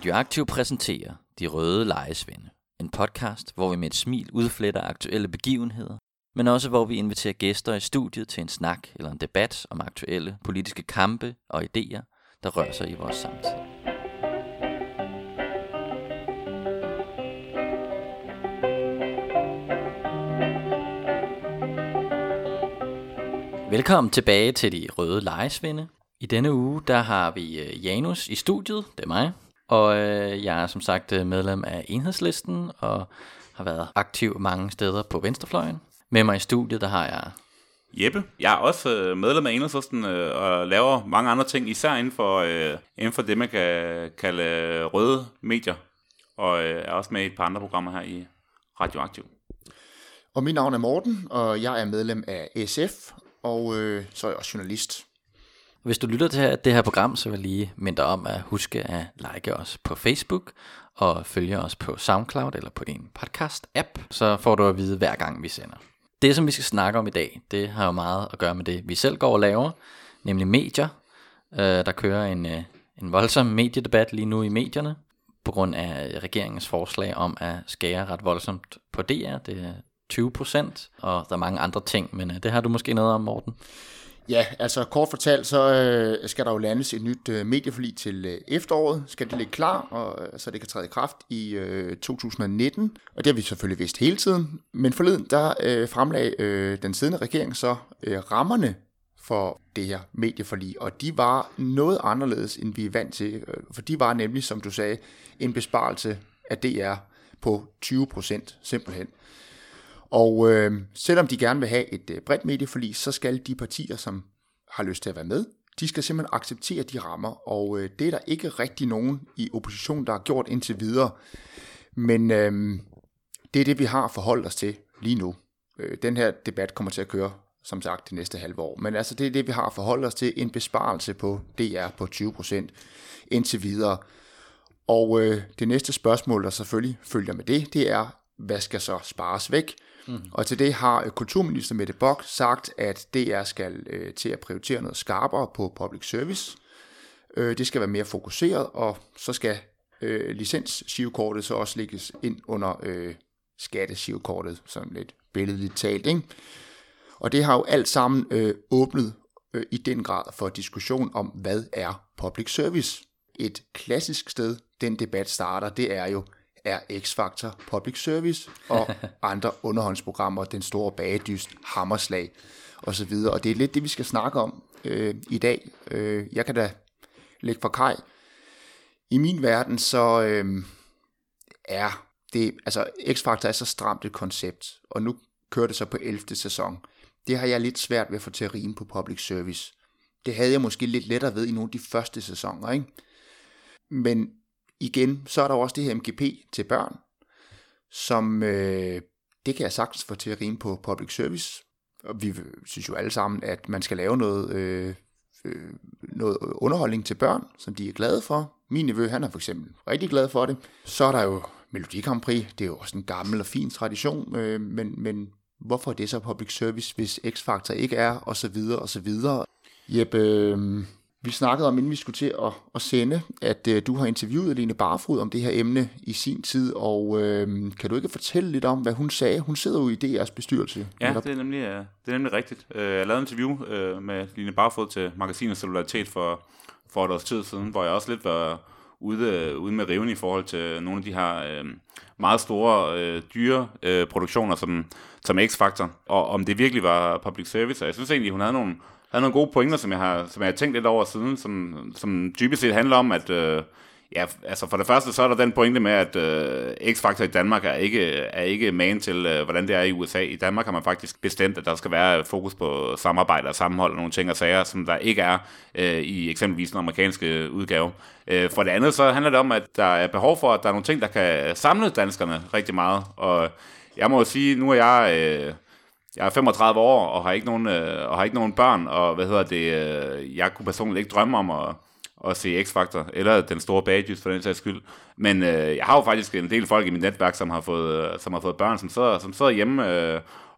Radioaktiv præsenterer De Røde Lejesvende. En podcast, hvor vi med et smil udfletter aktuelle begivenheder, men også hvor vi inviterer gæster i studiet til en snak eller en debat om aktuelle politiske kampe og idéer, der rører sig i vores samtid. Velkommen tilbage til De Røde Lejesvende. I denne uge, der har vi Janus i studiet, det er mig. Og jeg er som sagt medlem af Enhedslisten og har været aktiv mange steder på venstrefløjen. Med mig i studiet, der har jeg Jeppe. Jeg er også medlem af Enhedslisten og laver mange andre ting, især inden for det, man kan kalde røde medier. Og er også med i et par andre programmer her i Radioaktiv. Og mit navn er Morten, og jeg er medlem af SF, og så er jeg også journalist. Hvis du lytter til det her program, så vil jeg lige minde dig om at huske at like os på Facebook og følge os på SoundCloud eller på din podcast-app, så får du at vide hver gang vi sender. Det, som vi skal snakke om i dag, det har jo meget at gøre med det, vi selv går og laver, nemlig medier. Der kører en voldsom mediedebat lige nu i medierne, på grund af regeringens forslag om at skære ret voldsomt på DR. Det er 20%, og der er mange andre ting, men det har du måske noget om, Morten. Ja, altså kort fortalt, så skal der jo landes et nyt medieforlig til efteråret. Skal det ligge klar, og så det kan træde i kraft i 2019. Og det har vi selvfølgelig vidst hele tiden. Men forleden, der fremlagde den siddende regering så rammerne for det her medieforlig. Og de var noget anderledes, end vi er vant til. For de var nemlig, som du sagde, en besparelse af DR på 20% simpelthen. Og selvom de gerne vil have et bredt medieforlig, så skal de partier, som har lyst til at være med, de skal simpelthen acceptere de rammer. Og det er der ikke rigtig nogen i opposition, der har gjort indtil videre. Men det er det, vi har forholdt os til lige nu. Den her debat kommer til at køre, som sagt, det næste halve år. Men altså, det er det, vi har forholdt os til. En besparelse på DR på 20% indtil videre. Og det næste spørgsmål, der selvfølgelig følger med det er, hvad skal så spares væk? Og til det har kulturminister Mette Bock sagt, at DR skal til at prioritere noget skarpere på public service. Det skal være mere fokuseret, og så skal licensgivekortet så også lægges ind under skattegivekortet, sådan lidt billedligt talt, ikke? Og det har jo alt sammen åbnet i den grad for diskussion om, hvad er public service? Et klassisk sted, den debat starter, det er jo, er X-Factor public service og andre underholdningsprogrammer, den store bagedyst, hammerslag osv. Og det er lidt det, vi skal snakke om i dag. Jeg kan da lægge for kaj. I min verden så er det, altså X-Factor er så stramt et koncept, og nu kører det så på 11. sæson. Det har jeg lidt svært ved at få til at rime på public service. Det havde jeg måske lidt lettere ved i nogle af de første sæsoner, ikke? Men igen, så er der også det her MGP til børn, som det kan jeg sagtens få til at rime på public service. Og vi synes jo alle sammen, at man skal lave noget underholdning til børn, som de er glade for. Min nevø, han er for eksempel rigtig glad for det. Så er der jo Melodi Grand Prix, det er jo også en gammel og fin tradition, men hvorfor er det så public service, hvis X-Factor ikke er, og så videre, og så videre. Jeppe, vi snakkede om, inden vi skulle til at sende, at du har interviewet Line Barfod om det her emne i sin tid, og kan du ikke fortælle lidt om, hvad hun sagde? Hun sidder jo i DR's bestyrelse. Ja, det er nemlig rigtigt. Jeg lavede en interview med Line Barfod til magasinet Solidaritet for et års tid siden, hvor jeg også lidt var ude med riven i forhold til nogle af de her meget store, dyre produktioner som X-Factor, og om det virkelig var public service. Og jeg synes egentlig, hun havde nogle gode pointer, som jeg har tænkt lidt over siden, som typisk set handler om, at altså for det første, så er der den pointe med, at X-Factor i Danmark er ikke man til, hvordan det er i USA. I Danmark har man faktisk bestemt, at der skal være fokus på samarbejde og sammenhold og nogle ting og sager, som der ikke er i eksempelvis den amerikanske udgave. For det andet, så handler det om, at der er behov for, at der er nogle ting, der kan samle danskerne rigtig meget. Og jeg må jo sige, nu er jeg er 35 år og har ikke nogen børn, og jeg kunne personligt ikke drømme om at se X-Factor, eller den store bagedyst for den sags skyld. Men jeg har jo faktisk en del folk i mit netværk, som har fået børn, som sidder hjemme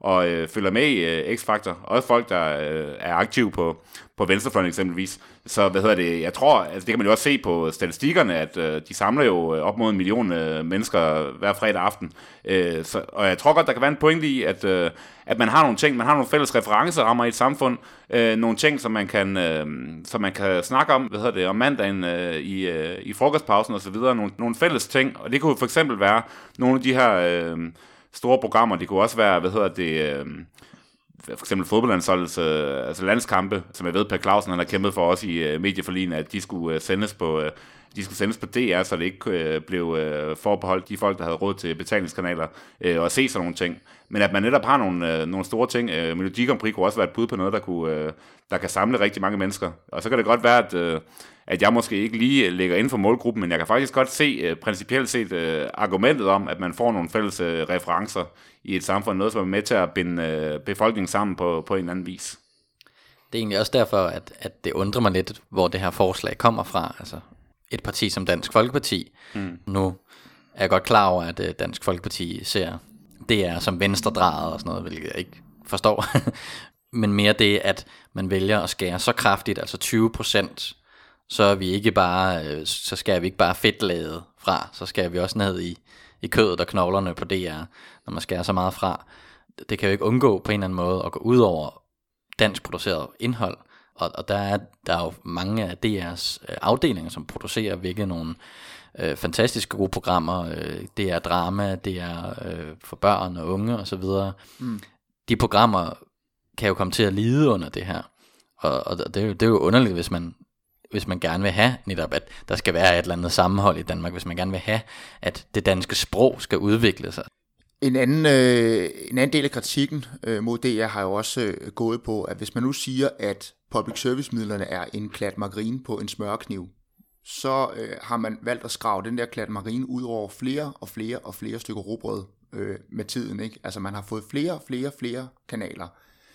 følger med i X-Factor. Også folk, der er aktive på venstrefløjen eksempelvis. Så jeg tror, altså det kan man jo også se på statistikkerne, at de samler jo op mod 1 million mennesker hver fredag aften. Og jeg tror godt, der kan være en pointe i, at man har nogle ting, man har nogle fælles referencerammer i et samfund, nogle ting, som man kan snakke om, om mandagen i frokostpausen og så videre, nogle fælles ting, og det kunne for eksempel være nogle af de her store programmer, det kunne også være, for eksempel fodboldlandsholdets, altså landskampe, som jeg ved, Per Clausen han har kæmpet for os i medieforligen, at de skulle sendes på DR, så det ikke blev forbeholdt de folk, der havde råd til betalingskanaler, og se sådan nogle ting. Men at man netop har nogle store ting. Melodi Grand Prix kunne også være et bud på noget, der kan samle rigtig mange mennesker. Og så kan det godt være, at jeg måske ikke lige ligger inden for målgruppen, men jeg kan faktisk godt se, principielt set, argumentet om, at man får nogle fælles referencer i et samfund, noget som er med til at binde befolkningen sammen på en eller anden vis. Det er egentlig også derfor, at det undrer mig lidt, hvor det her forslag kommer fra. Altså et parti som Dansk Folkeparti. Nu er jeg godt klar over, at Dansk Folkeparti ser DR som venstredrejet og sådan noget, hvilket jeg ikke forstår. Men mere det, at man vælger at skære så kraftigt, altså 20%, så skal vi ikke bare fedtlaget fra, så skal vi også ned i kødet og knoglerne på DR, når man skærer så meget fra. Det kan jo ikke undgå på en eller anden måde at gå ud over dansk produceret indhold, og der er jo mange af DR's afdelinger, som producerer virkelig nogle fantastiske gode programmer. Det er drama, det er for børn og unge og så videre. De programmer kan jo komme til at lide under det her, og det er jo underligt, hvis man gerne vil have netop, at der skal være et eller andet sammenhold i Danmark, hvis man gerne vil have, at det danske sprog skal udvikle sig. En anden del af kritikken mod DR har jo også gået på, at hvis man nu siger, at public service-midlerne er en klat margarine på en smørkniv, så har man valgt at skrave den der klat margarine ud over flere og flere stykker rugbrød med tiden, ikke? Altså man har fået flere kanaler.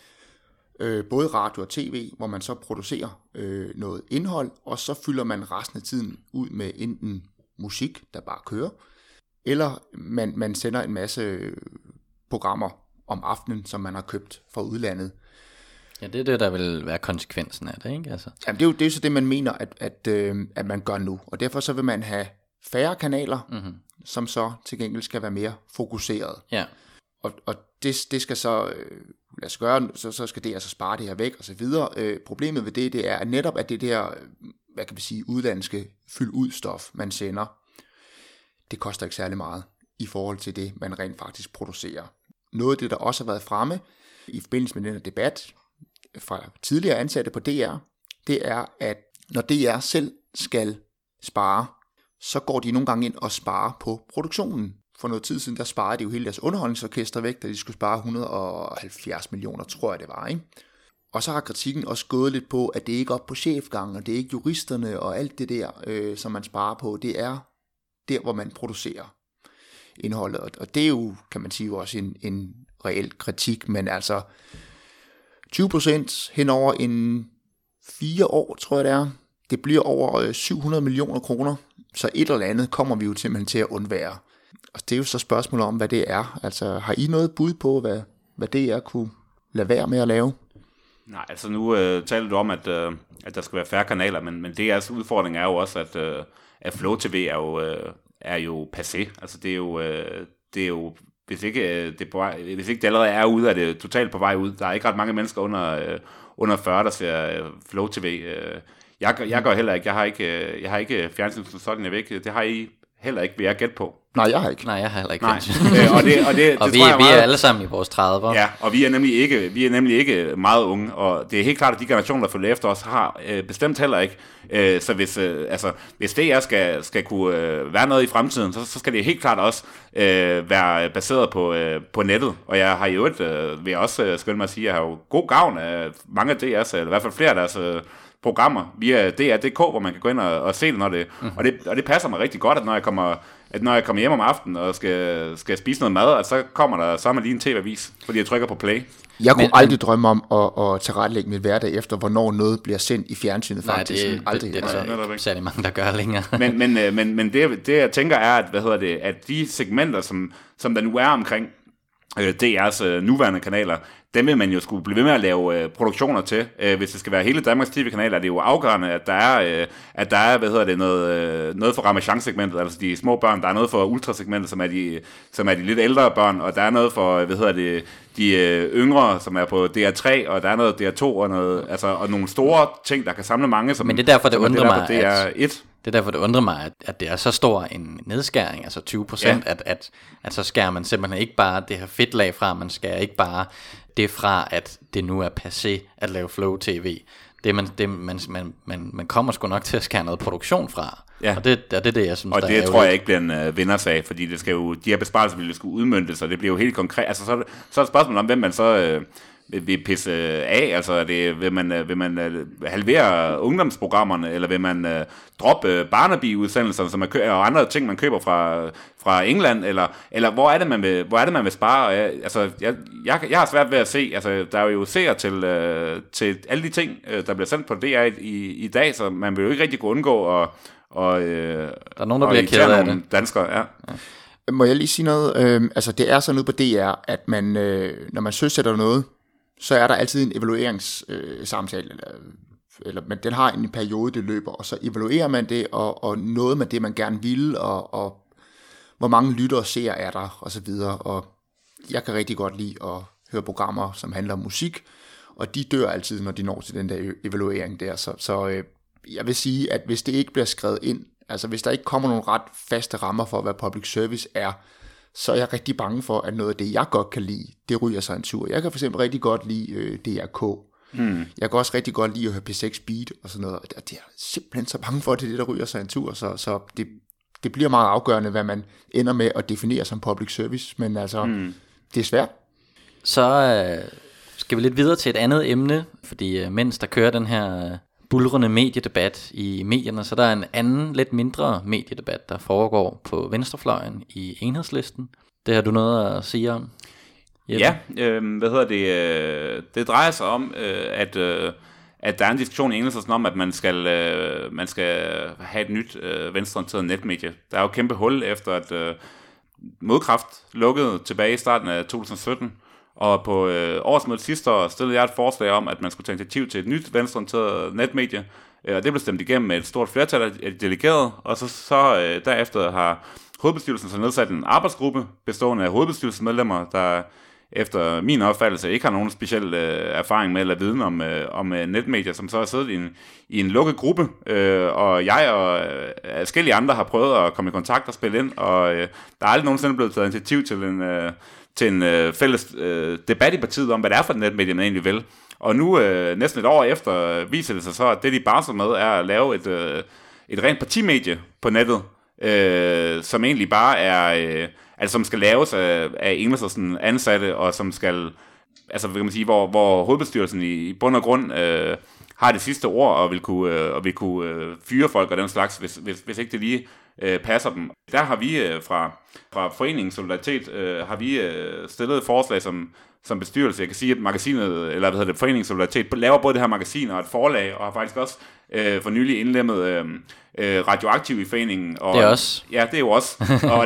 Både radio og tv, hvor man så producerer noget indhold, og så fylder man resten af tiden ud med enten musik, der bare kører, eller man sender en masse programmer om aftenen, som man har købt fra udlandet. Ja, det er det, der vil være konsekvensen af det, ikke? Altså. Jamen, det er jo så det, man mener, at man gør nu. Og derfor så vil man have færre kanaler, som så til gengæld skal være mere fokuseret. Ja. Og det skal så lade os gøre, så skal det altså spare det her væk og så videre. Problemet ved det er netop, at det der, hvad kan vi sige, udlandske fyld-ud-stof, man sender, det koster ikke særlig meget i forhold til det, man rent faktisk producerer. Noget af det, der også har været fremme i forbindelse med den her debat fra tidligere ansatte på DR, det er, at når DR selv skal spare, så går de nogle gange ind og sparer på produktionen. For noget tid siden, der sparede de jo hele deres underholdningsorkester væk, da de skulle spare 170 millioner, tror jeg det var, ikke? Og så har kritikken også gået lidt på, at det ikke er op på chefgangen, og det er ikke juristerne og alt det der, som man sparer på. Det er der, hvor man producerer indholdet. Og det er jo, kan man sige, også en reel kritik, men altså 20% hen over en 4 år, tror jeg det er. Det bliver over 700 millioner kroner, så et eller andet kommer vi jo simpelthen til at undvære. Og det er jo så spørgsmålet om, hvad det er. Altså, har I noget bud på, hvad det er, kunne lade være med at lave? Nej, altså nu taler du om, at der skal være færre kanaler, men DR's udfordring er jo også, at Flow TV er jo passé. Altså det er jo hvis ikke det allerede er ude, er det totalt på vej ud. Der er ikke ret mange mennesker under 40, der ser Flow TV. Jeg gør heller ikke. Jeg har ikke fjernsyn som sådan, jeg ved ikke. Det har I heller ikke, vil jeg gætte på. Nej, jeg har ikke. Nej, jeg har heller ikke. og vi er alle sammen i vores 30'er. Ja, og vi er nemlig ikke meget unge, og det er helt klart, at de generationer, der følger efter os, har bestemt heller ikke. Så hvis DR skal kunne være noget i fremtiden, så skal det helt klart også være baseret på nettet. Og jeg har jo vil jeg også skynde mig at sige, at jeg har jo god gavn af mange af DR's, eller i hvert fald flere af deres programmer via DR.dk, hvor man kan gå ind og se det, når det, og det passer mig rigtig godt, at når jeg kommer hjem om aftenen og skal spise noget mad, at så kommer der sammen lige en tv-avis, fordi jeg trykker på play. Jeg kunne aldrig drømme om at tilrettelægge mit hverdag efter, hvornår noget bliver sendt i fjernsynet, faktisk. Nej, det er der ikke særlig mange, der gør længere. men det jeg tænker er, at de segmenter, som der nu er omkring DR's nuværende kanaler, dem vil man jo skulle blive ved med at lave produktioner til. Hvis det skal være hele Danmarks TV-kanaler, er det jo afgørende, at der er, noget for Ramachan-segmentet, altså de små børn, der er noget for ultrasegmentet, som er de lidt ældre børn, og der er noget for, de yngre, som er på DR3, og der er noget DR2, og nogle store ting, der kan samle mange, som, men det er derfor, det undrer mig, DR1. Det er derfor, det undrer mig, at det er så stor en nedskæring, altså 20%, at så skærer man simpelthen ikke bare det her fedtlag fra, man skærer ikke bare det fra, at det nu er passé at lave Flow TV. Man kommer sgu nok til at skære noget produktion fra, og det er det, jeg synes, og det tror jeg ikke bliver en vindersag, fordi det skal jo, de her besparelser vil skulle udmøntes, og det bliver jo helt konkret. Altså så er det et spørgsmål om, hvem man så vil pisse af, altså vil man halvere ungdomsprogrammerne, eller vil man droppe Barnaby-udsendelserne, som og andre ting, man køber fra England, eller hvor er det, man vil spare? Altså, jeg har svært ved at se, altså, der er jo seere til alle de ting, der bliver sendt på DR i dag, så man vil jo ikke rigtig kunne undgå der er nogen, der bliver ked af det. Danskere, ja. Må jeg lige sige noget? Altså, det er sådan ude på DR, at man, når man søsætter noget, så er der altid en evalueringssamtale, men den har en periode, det løber, og så evaluerer man det, og noget med det, man gerne vil, og hvor mange lyttere ser er der, og så videre. Og jeg kan rigtig godt lide at høre programmer, som handler om musik, og de dør altid, når de når til den der evaluering der. Så jeg vil sige, at hvis det ikke bliver skrevet ind, altså hvis der ikke kommer nogle ret faste rammer for, hvad public service er, så er jeg rigtig bange for, at noget af det, jeg godt kan lide, det ryger sig en tur. Jeg kan for eksempel rigtig godt lide DRK. Jeg kan også rigtig godt lide at høre P6 Beat og sådan noget. Og det er simpelthen så bange for, at det er det, der ryger sig en tur. Så det bliver meget afgørende, hvad man ender med at definere som public service. Men altså, det er svært. Så skal vi lidt videre til et andet emne, fordi mens der kører den her buldrende mediedebat i medierne, så der er en anden, lidt mindre mediedebat, der foregår på venstrefløjen i Enhedslisten. Det har du noget at sige om? Jeppe? Ja, det drejer sig om, at der er en diskussion i Enhedslisten om, at man skal have et nyt venstreorienteret netmedie. Der er jo et kæmpe hul efter, at Modkraft lukkede tilbage i starten af 2017, og på årsmødet sidste år stillede jeg et forslag om, at man skulle tage initiativ til et nyt venstreorienteret netmedie, og det blev stemt igennem med et stort flertal af de delegerede, og så derefter har hovedbestyrelsen så nedsat en arbejdsgruppe bestående af hovedbestyrelsesmedlemmer, der efter min opfattelse ikke har nogen speciel erfaring med eller viden om netmedier, som så har siddet i en lukket gruppe, og jeg og forskellige andre har prøvet at komme i kontakt og spille ind, og der er aldrig nogensinde blevet taget initiativ til en fælles debat i partiet om, hvad det er for et netmedie, man egentlig vil. Og nu, næsten et år efter, viser det sig så, at det de barsler med, er at lave et rent partimedie på nettet, som egentlig bare er, altså som skal laves af Enhedslisten ansatte, og som skal, altså hvad kan man sige, hvor hovedbestyrelsen i bund og grund har det sidste ord, og vil kunne fyre folk og den slags, hvis ikke det lige passer dem. Der har vi fra Foreningen Solidaritet har vi stillet et forslag som bestyrelse. Jeg kan sige, at magasinet, eller Foreningen Solidaritet laver både det her magasin og et forlag, og har faktisk også for nylig indlemmet Radioaktiv i foreningen. Og, det er også. Ja, det er jo også. og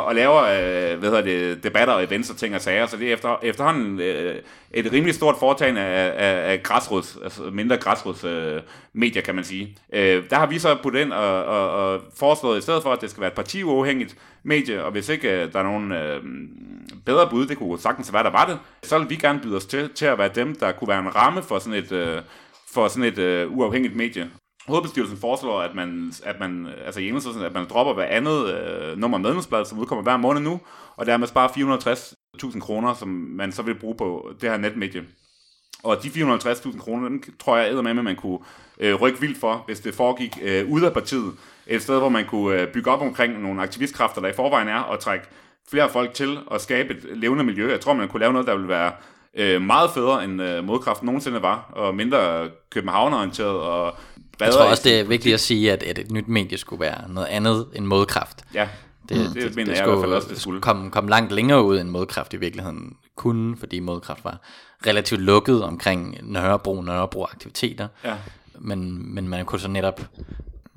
laver debatter og events og ting og sager. Så det er efterhånden et rimelig stort foretagende af græsrods, altså mindre græsrods medier, kan man sige. Der har vi så puttet ind og foreslået, i stedet for, at det skal være et partiuafhængigt medie, og hvis ikke der er nogen bedre bud, det kunne sagtens være, der var det, så vil vi gerne byde os til at være dem, der kunne være en ramme for sådan et uafhængigt medie. Hovedbestyrelsen foreslår, at man altså i Enhedslisten, at man dropper hver andet nummer medlemsblad, som udkommer hver måned nu, og dermed sparer 450.000 kroner, som man så vil bruge på det her netmedie. Og de 450.000 kroner, dem tror jeg eddermame, at man kunne rykke vildt for, hvis det foregik ud af partiet. Et sted, hvor man kunne bygge op omkring nogle aktivistkræfter, der i forvejen er, og trække flere folk til og skabe et levende miljø. Jeg tror, man kunne lave noget, der ville være meget federe, end Modkraft nogensinde var, og mindre københavnerorienteret. Og jeg tror også, det er vigtigt at sige, at et nyt medie skulle være noget andet end Modkraft. Ja, det mener jeg i hvert fald også, det skulle. Komme langt længere ud, end Modkraft i virkeligheden kunne, fordi Modkraft var relativt lukket omkring Nørrebro aktiviteter. Ja. Men man kunne så netop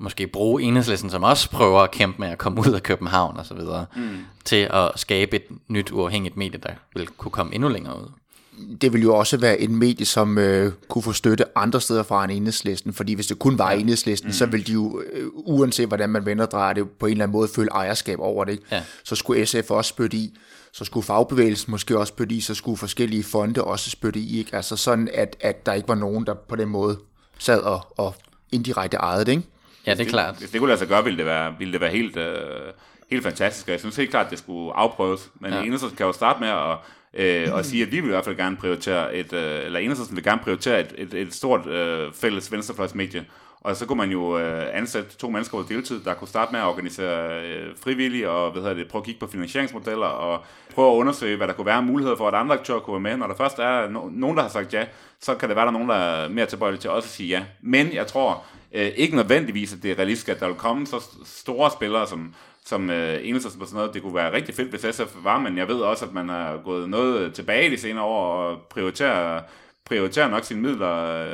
måske bruge Enhedslisten, som også prøver at kæmpe med at komme ud af København og så videre, til at skabe et nyt uafhængigt medie, der vil kunne komme endnu længere ud. Det vil jo også være en medie, som kunne få støtte andre steder fra end Enhedslisten, fordi hvis det kun var Enhedslisten, så ville de jo, uanset hvordan man vender og drejer det, på en eller anden måde føle ejerskab over det. Ikke? Ja. Så skulle SF også spytte i, så skulle fagbevægelsen måske også spytte i, så skulle forskellige fonde også spytte i. Ikke? Altså sådan, at der ikke var nogen, der på den måde sad og indirekte ejede det, ikke? Ja, det er klart. Hvis det kunne lade sig gøre, ville det være helt fantastisk, og jeg synes helt klart, at det skulle afprøves. Men Enhedslisten kan jo starte med at sige, at vi vil i hvert fald gerne prioritere eller Enhedslisten vil gerne prioritere et stort fælles venstrefløjsmedie. Og så kunne man jo ansætte 2 mennesker på deltid, der kunne starte med at organisere frivillige og prøve at kigge på finansieringsmodeller og prøve at undersøge, hvad der kunne være muligheder for, at andre aktører kunne være med. Når der først er nogen, der har sagt ja, så kan det være, der er nogen, der er mere tilbøjelige til også at sige ja. Men jeg tror ikke nødvendigvis, at det er realistisk, at der vil komme så store spillere som Enhedslisten på sådan noget. Det kunne være rigtig fedt, hvis SF var, men jeg ved også, at man er gået noget tilbage de senere år og prioriterer nok sine midler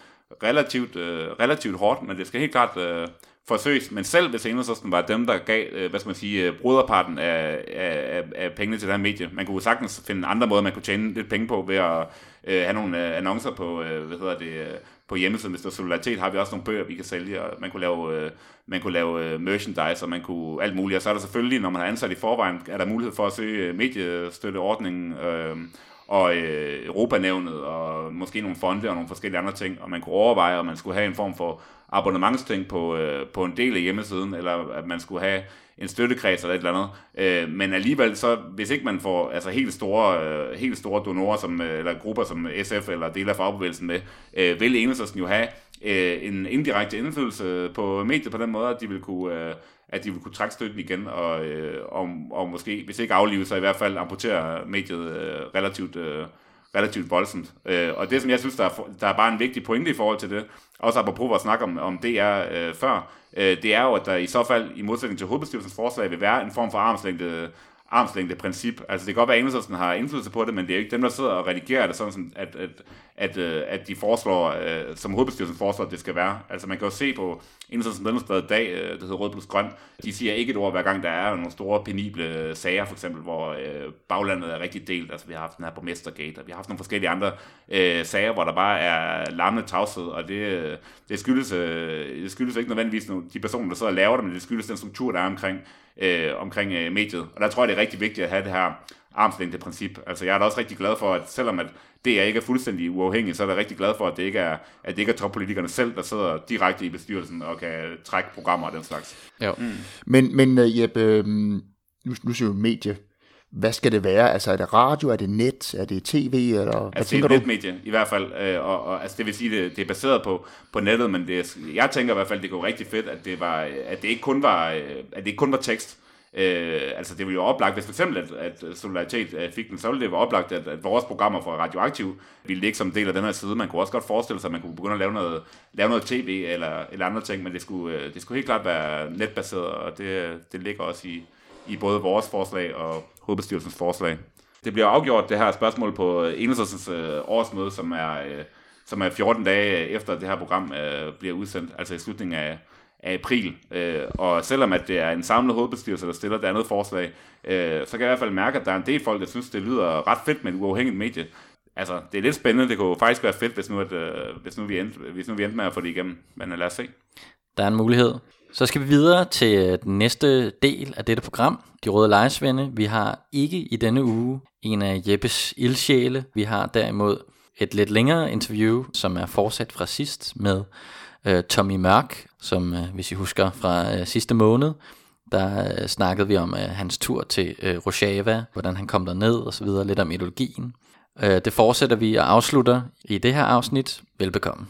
relativt hårdt, men det skal helt klart forsøges. Men selv hvis Enhedslisten var dem, der gav, broderparten af pengene til det her medie, man kunne sagtens finde andre måder, man kunne tjene lidt penge på ved at have nogle annoncer på, på hjemmesiden. Hvis der er Solidaritet, har vi også nogle bøger, vi kan sælge, og man kunne lave merchandise, og man kunne alt muligt. Og så er der selvfølgelig, når man har ansat i forvejen, er der mulighed for at søge mediestøtteordningen, og Europanævnet, og måske nogle fonde og nogle forskellige andre ting, og man kunne overveje, om man skulle have en form for abonnementsting på en del af hjemmesiden, eller at man skulle have en støttekreds eller et eller andet. Men alligevel, så hvis ikke man får helt store donorer, eller grupper som SF eller dele af fagbevægelsen med, vil Enhedslisten jo have en indirekte indflydelse på mediet på den måde, at de vil kunne trække støtten igen, og måske, hvis ikke aflive, så i hvert fald amputere mediet relativt voldsomt. Og det, som jeg synes, der er bare en vigtig pointe i forhold til det, også apropos at snakke om DR før, det er jo, at der i så fald, i modsætning til hovedbestyrelsens forslag, vil være en form for armslængde princip. Altså det kan godt være, at Enhedslisten har indflydelse på det, men det er jo ikke dem, der sidder og redigerer det, sådan som at de foreslår, som hovedbestyrelsen foreslår, at det skal være. Altså man kan jo se på Enhedslistens medlemsblad i dag, det hedder Rød plus Grøn, de siger ikke et ord, hver gang der er nogle store penible sager, for eksempel, hvor baglandet er rigtig delt. Altså vi har haft den her borgmestergate, og vi har haft nogle forskellige andre sager, hvor der bare er larmende tavshed, og det skyldes ikke nødvendigvis de personer, der sidder og laver det, men det skyldes den struktur, der er omkring mediet. Og der tror jeg, det er rigtig vigtigt at have det her armslængdeprincip. Altså jeg er da også rigtig glad for, at selvom at det ikke er fuldstændig uafhængigt, så er jeg rigtig glad for, at det ikke er toppolitikerne selv, der sidder direkte i bestyrelsen og kan trække programmer og den slags. Jo. Men Jeppe, nu siger vi medie. Hvad skal det være? Altså er det radio, er det net, er det tv, eller hvad tænker du? Det er et netmedie i hvert fald, og altså, det vil sige, det er baseret på nettet, men jeg tænker i hvert fald, det går rigtig fedt, at det ikke kun var tekst. Altså det ville jo oplagt, hvis for eksempel at Solidaritet fik den, så ville det være oplagt, at vores programmer for Radioaktiv ville ligge som del af den her side. Man kunne også godt forestille sig, at man kunne begynde at lave noget tv eller andre ting, men det skulle helt klart være netbaseret, og det ligger også i både vores forslag og hovedbestyrelsens forslag. Det bliver afgjort, det her spørgsmål på Enhedslistens årsmøde, som er 14 dage efter det her program bliver udsendt, altså i slutningen af april. Og selvom at det er en samlet hovedbestyrelse, der stiller det andet forslag, så kan jeg i hvert fald mærke, at der er en del folk, der synes, det lyder ret fedt med et uafhængigt medie. Altså, det er lidt spændende. Det kunne faktisk være fedt, hvis nu vi endte med at få det igennem. Men lad os se. Der er en mulighed. Så skal vi videre til den næste del af dette program, De Røde Lejesvende. Vi har ikke i denne uge en af Jeppes ildsjæle. Vi har derimod et lidt længere interview, som er fortsat fra sidst med Tommy Mørk, som hvis I husker fra sidste måned, der snakkede vi om hans tur til Rojava, hvordan han kom derned og så videre, lidt om ideologien. Det fortsætter vi og afslutter i det her afsnit. Velbekomme.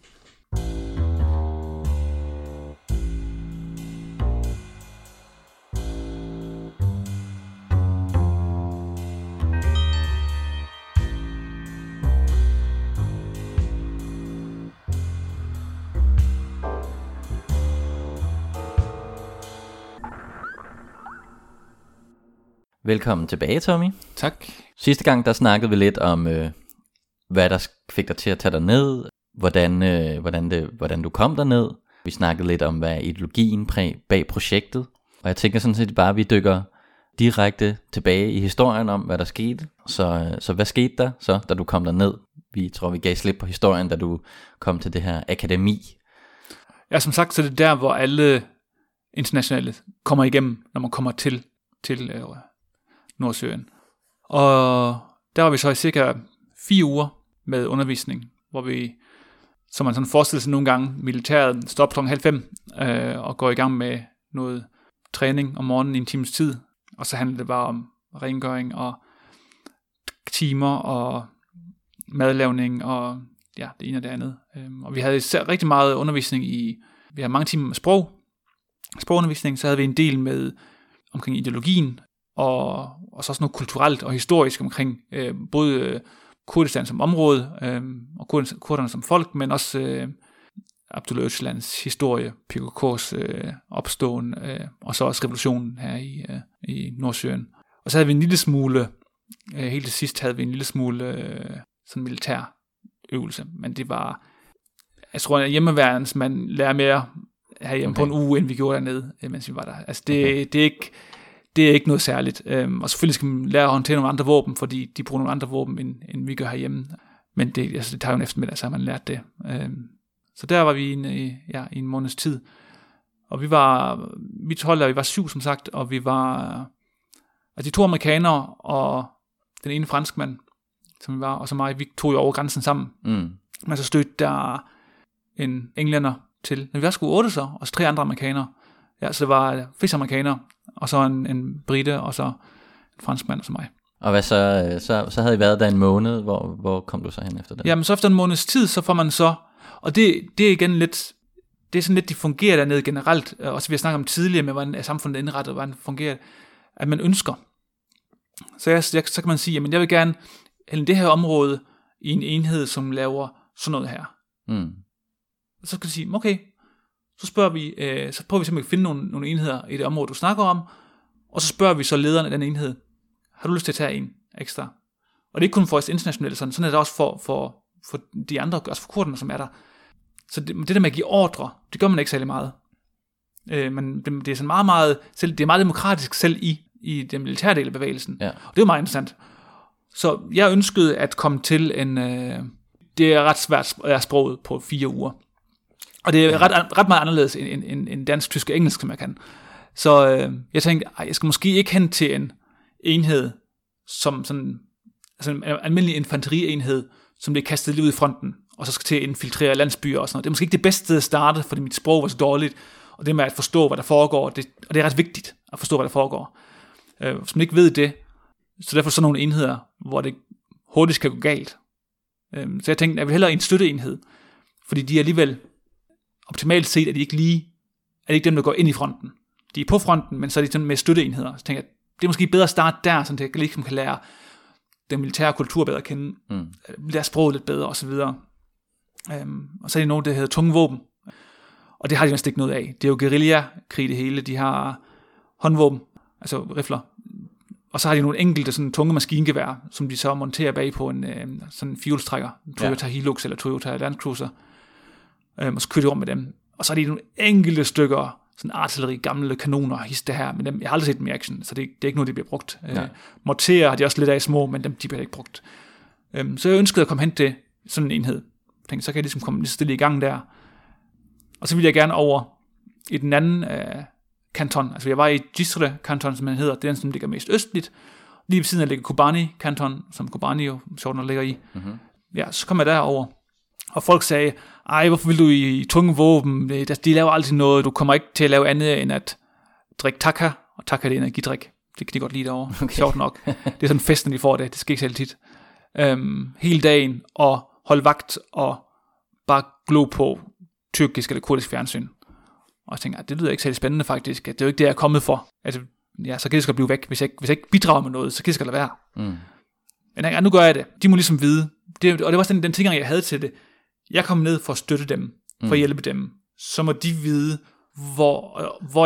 Velkommen tilbage, Tommy. Tak. Sidste gang, der snakkede vi lidt om, hvad der fik dig til at tage dig ned, hvordan du kom derned, Vi snakkede lidt om, hvad er ideologien bag projektet. Og jeg tænker sådan set bare, at vi dykker direkte tilbage i historien om, hvad der skete. Så hvad skete der så, da du kom derned? Vi tror, vi gav slip på historien, da du kom til det her akademi. Ja, som sagt, så det er der, hvor alle internationale kommer igennem, når man kommer til Nordsyrien. Og der var vi så i cirka 4 uger med undervisning, hvor vi, som man sådan forestiller sig nogle gange, militæret stopper kl. 5:30 og går i gang med noget træning om morgenen i en times tid. Og så handler det bare om rengøring og timer og madlavning og ja, det ene og det andet. Og vi havde rigtig meget undervisning vi havde mange timer med sprogundervisning, så havde vi en del med omkring ideologien, og så også noget kulturelt og historisk omkring både Kurdistan som område, og kurderne som folk, men også Abdullah Öcalans historie, PKK's opståen, og så også revolutionen her i Nordsyrien. Og så havde vi en lille smule, helt til sidst havde vi en lille smule sådan militær øvelse, men det var, jeg tror, at hjemmeværens man lærer mere herhjemme på en uge, end vi gjorde dernede, mens vi var der. Altså det er ikke noget særligt. Og selvfølgelig skal man lære at håndtere nogle andre våben, fordi de bruger nogle andre våben, end vi gør herhjemme. Men det tager jo en eftermiddag, så har man lært det. Så der var vi i en måneds tid. Og vi var 7, som sagt, og vi var de 2 amerikanere og den ene franskmand, som vi var, og så mig, vi tog jo over grænsen sammen. Men så stødte der en englænder til. Men vi var sgu 8 så, og så 3 andre amerikanere. Ja, så det var flest amerikanere, og så en brite, og så en franskmand, og så mig. Og hvad så havde I været der en måned, hvor kom du så hen efter det? Jamen så efter en måneds tid, så får man så, og det er igen lidt, det er sådan lidt, de fungerer dernede generelt, også vi har snakket om tidligere med, hvordan samfundet er indrettet, hvordan det fungerer, at man ønsker. Så kan man sige, jamen jeg vil gerne hælde det her område i en enhed, som laver sådan noget her. Og så kan du sige, okay, så prøver vi simpelthen at finde nogle enheder i det område, du snakker om, og så spørger vi så lederen af den enhed, har du lyst til at tage en ekstra? Og det er ikke kun for os internationale, sådan er det også for de andre, også for kurderne, som er der. Så det der med at give ordre, det gør man ikke særlig meget. Men det er sådan meget, meget, det er meget demokratisk selv i den militære del af bevægelsen. Ja. Og det er jo meget interessant. Så jeg ønskede at komme til det er ret svært at lære sproget på 4 uger. Og det er ret meget anderledes end dansk, tysk og engelsk, som jeg kan. Så jeg tænkte, jeg skal måske ikke hen til en enhed, som sådan, altså en almindelig infanterienhed, som bliver kastet lige ud i fronten, og så skal til at infiltrere landsbyer og sådan noget. Det er måske ikke det bedste sted at starte, fordi mit sprog var så dårligt, og det med at forstå, hvad der foregår, og det er ret vigtigt at forstå, hvad der foregår. Hvis man ikke ved det, så derfor sådan nogle enheder, hvor det hurtigt kan gå galt. Så jeg tænkte, jeg vil hellere en støtteenhed, fordi de er alligevel optimalt set, at de ikke dem, der går ind i fronten. De er på fronten, men så er de sådan med støtteenheder. Så tænker jeg, det er måske bedre at starte der, så jeg ligesom kan lære den militære kultur bedre at kende, lære sproget lidt bedre osv. Og så er det noget, der hedder tunge våben. Og det har de næsten ikke noget af. Det er jo guerilla-krig det hele. De har håndvåben, altså rifler. Og så har de nogle enkelte sådan tunge maskingevær, som de så monterer bag på en sådan fuelstrækker, Toyota Hilux eller Toyota Land Cruiser. Og så kører de rundt med dem. Og så er de nogle enkelte stykker sådan artilleri, gamle kanoner, histe her, men dem, jeg har aldrig set dem i action, så det er ikke noget, de bliver brugt. Morterer har de også lidt af små, men de bliver ikke brugt. Så jeg ønskede at komme hen til sådan en enhed. Jeg tænkte, så kan jeg ligesom komme lidt stille i gang der. Og så ville jeg gerne over i den anden kanton. Altså jeg var i Gisre kanton, som den hedder, det er den, som ligger mest østligt. Lige ved siden af ligger Kobani kanton, som Kobani jo sjovt nok ligger i. Mm-hmm. Ja, så kom jeg derover. Og folk sagde, hvorfor vil du i tunge våben? De laver altid noget, du kommer ikke til at lave andet end at drikke taka, og taka det er energidrik. Det kan de godt lide derovre, okay. Sjovt nok. Det er sådan festen, de får det sker ikke særlig tit. Hele dagen, og holde vagt, og bare glo på tyrkisk eller kurdisk fjernsyn. Og jeg tænker, det lyder ikke særlig spændende faktisk, at det er jo ikke det, jeg er kommet for. Altså, ja, så kan det skal blive væk. Hvis jeg ikke bidrager med noget, så kan det skal lade være. Men nu gør jeg det. De må ligesom vide. Og det var sådan den tilgang, jeg havde til det. Jeg kom ned for at støtte dem, for at hjælpe dem. Så må de vide, hvor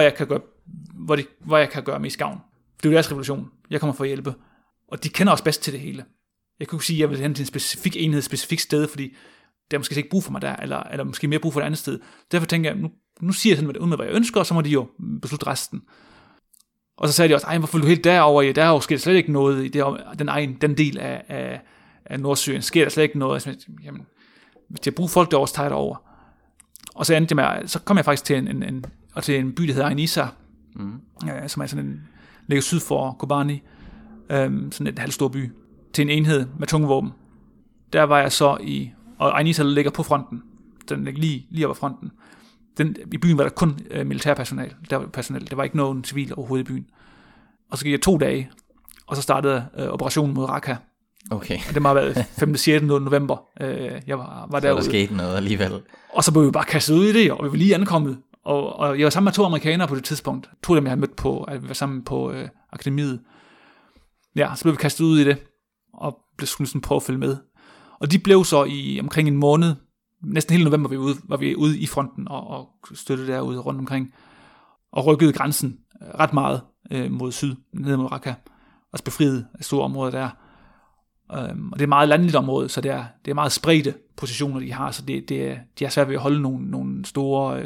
jeg kan gøre mest gavn. Det er jo deres revolution. Jeg kommer for at hjælpe. Og de kender også bedst til det hele. Jeg kunne sige, at jeg vil hen til en specifik enhed, et specifikt sted, fordi der er måske ikke brug for mig der, eller måske mere brug for et andet sted. Derfor tænker jeg, nu nu siger jeg sådan, hvad jeg ønsker, og så må de jo beslutte resten. Og så sagde de også, hvorfor er du helt derovre? Der sker slet ikke noget i den del af Nordsyrien. Sker der slet ikke noget? Altså, jamen, hvis de har brug for folk derovre, så tager jeg derover. Og så kom jeg faktisk til en by, der hedder Ain Issa, som er sådan ligger syd for Kobani, sådan en halvstor by, til en enhed med tunge våben. Der var jeg så og Ain Issa ligger på fronten. Den ligger lige over fronten. I byen var der kun militærpersonale. Der var ikke nogen civil overhovedet i byen. Og så gik jeg 2 dage, og så startede operationen mod Raqqa. Okay. Og det må have været 5. 6. november. Jeg var derude. Så der skete noget alligevel. Og så blev vi bare kastet ud i det, og vi var lige ankommet. Og jeg var sammen med 2 amerikanere på det tidspunkt. 2 af dem, jeg havde mødt på, at vi var sammen på akademiet. Ja, så blev vi kastet ud i det, og blev sådan prøve at følge med. Og de blev så i omkring en måned, næsten hele november var vi ude i fronten og støttede derude rundt omkring, og rykkede grænsen ret meget mod syd, ned mod Raqqa, og befriede store områder der. Og det er et meget landligt område, så det er meget spredte positioner, de har, så de har svært ved at holde nogle store,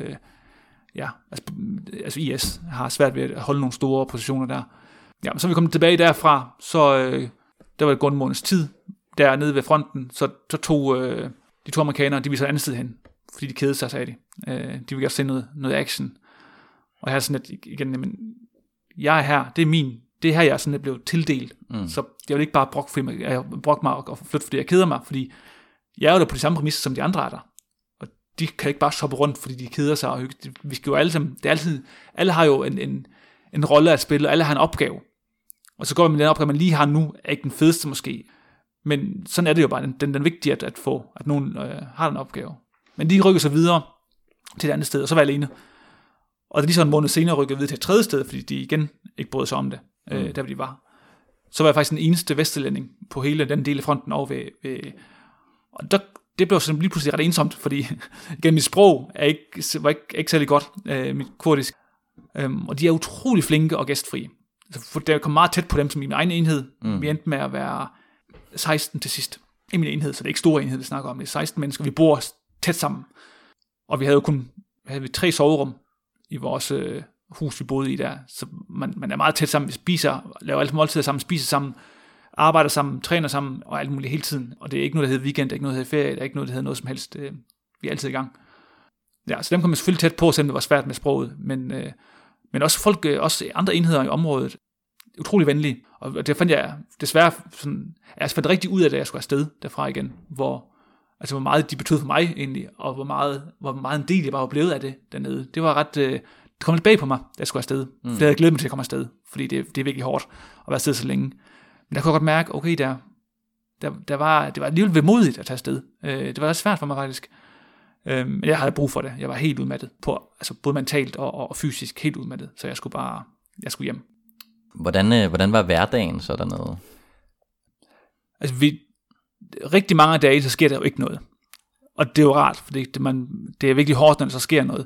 altså IS har svært ved at holde nogle store positioner der. Ja, så er vi kommet tilbage derfra, så der var det gået en måneds tid, dernede ved fronten, så tog de 2 amerikanere, de ville så et andet sted hen, fordi de kedede sig, sagde de. De ville gerne se noget action. Og jeg havde sådan lidt igen, jamen, jeg er her, det er her, jeg sådan blevet tildelt. Så jeg vil ikke bare brokke mig og flytte, fordi jeg keder mig, fordi jeg er jo der på de samme præmisser, som de andre er der. Og de kan ikke bare shoppe rundt, fordi de keder sig og hygge. Vi skal jo alle sammen, alle har jo en rolle at spille, og alle har en opgave. Og så går vi med den opgave, man lige har nu, er ikke den fedeste måske. Men sådan er det jo bare, den vigtige at få, at nogen har den opgave. Men de rykker så videre til et andet sted, og så var jeg alene. Og lige så en måned senere rykkede jeg videre til et 3. sted, fordi de igen ikke brød sig om det, der hvor de var. Så var jeg faktisk den eneste vestlænding på hele den del af fronten over ved og det blev sådan lige pludselig ret ensomt, fordi igen, mit sprog var ikke særlig godt, mit kurdisk. Og de er utrolig flinke og gæstfrie. Så der kom meget tæt på dem som i min egen enhed. Vi endte med at være 16 til sidst i min enhed, så det er ikke store enhed, vi snakker om. Det er 16 mennesker, vi bor tæt sammen. Og vi havde jo havde 3 soverum i vores hus, vi boede i der. Så man er meget tæt sammen. Vi spiser, laver alt måltider sammen, spiser sammen, arbejder sammen, træner sammen og alt muligt hele tiden. Og det er ikke noget, der hedder weekend, det er ikke noget, der hedder ferie, det er ikke noget, der hedder noget som helst. Vi er altid i gang. Ja, så dem kom jeg selvfølgelig tæt på, selvom det var svært med sproget. Men også folk, også andre enheder i området, utrolig venlige. Og det fandt jeg desværre sådan, jeg fandt rigtig ud af, da jeg skulle afsted derfra igen, hvor meget de betød for mig egentlig, og hvor meget en del jeg bare var blevet af det dernede. Det var ret, det kom lidt bag på mig, da jeg skulle afsted. For jeg havde glædet mig til at komme afsted, fordi det er virkelig hårdt at være afsted så længe. Men der kunne jeg godt mærke, okay, det var alligevel vemodigt at tage afsted. Det var ret svært for mig faktisk. Men jeg havde brug for det. Jeg var helt udmattet på, altså både mentalt og fysisk helt udmattet, så jeg skulle hjem. Hvordan var hverdagen så dernede? Altså rigtig mange dage, så sker der jo ikke noget. Og det er jo rart, for det er virkelig hårdt, når der så sker noget.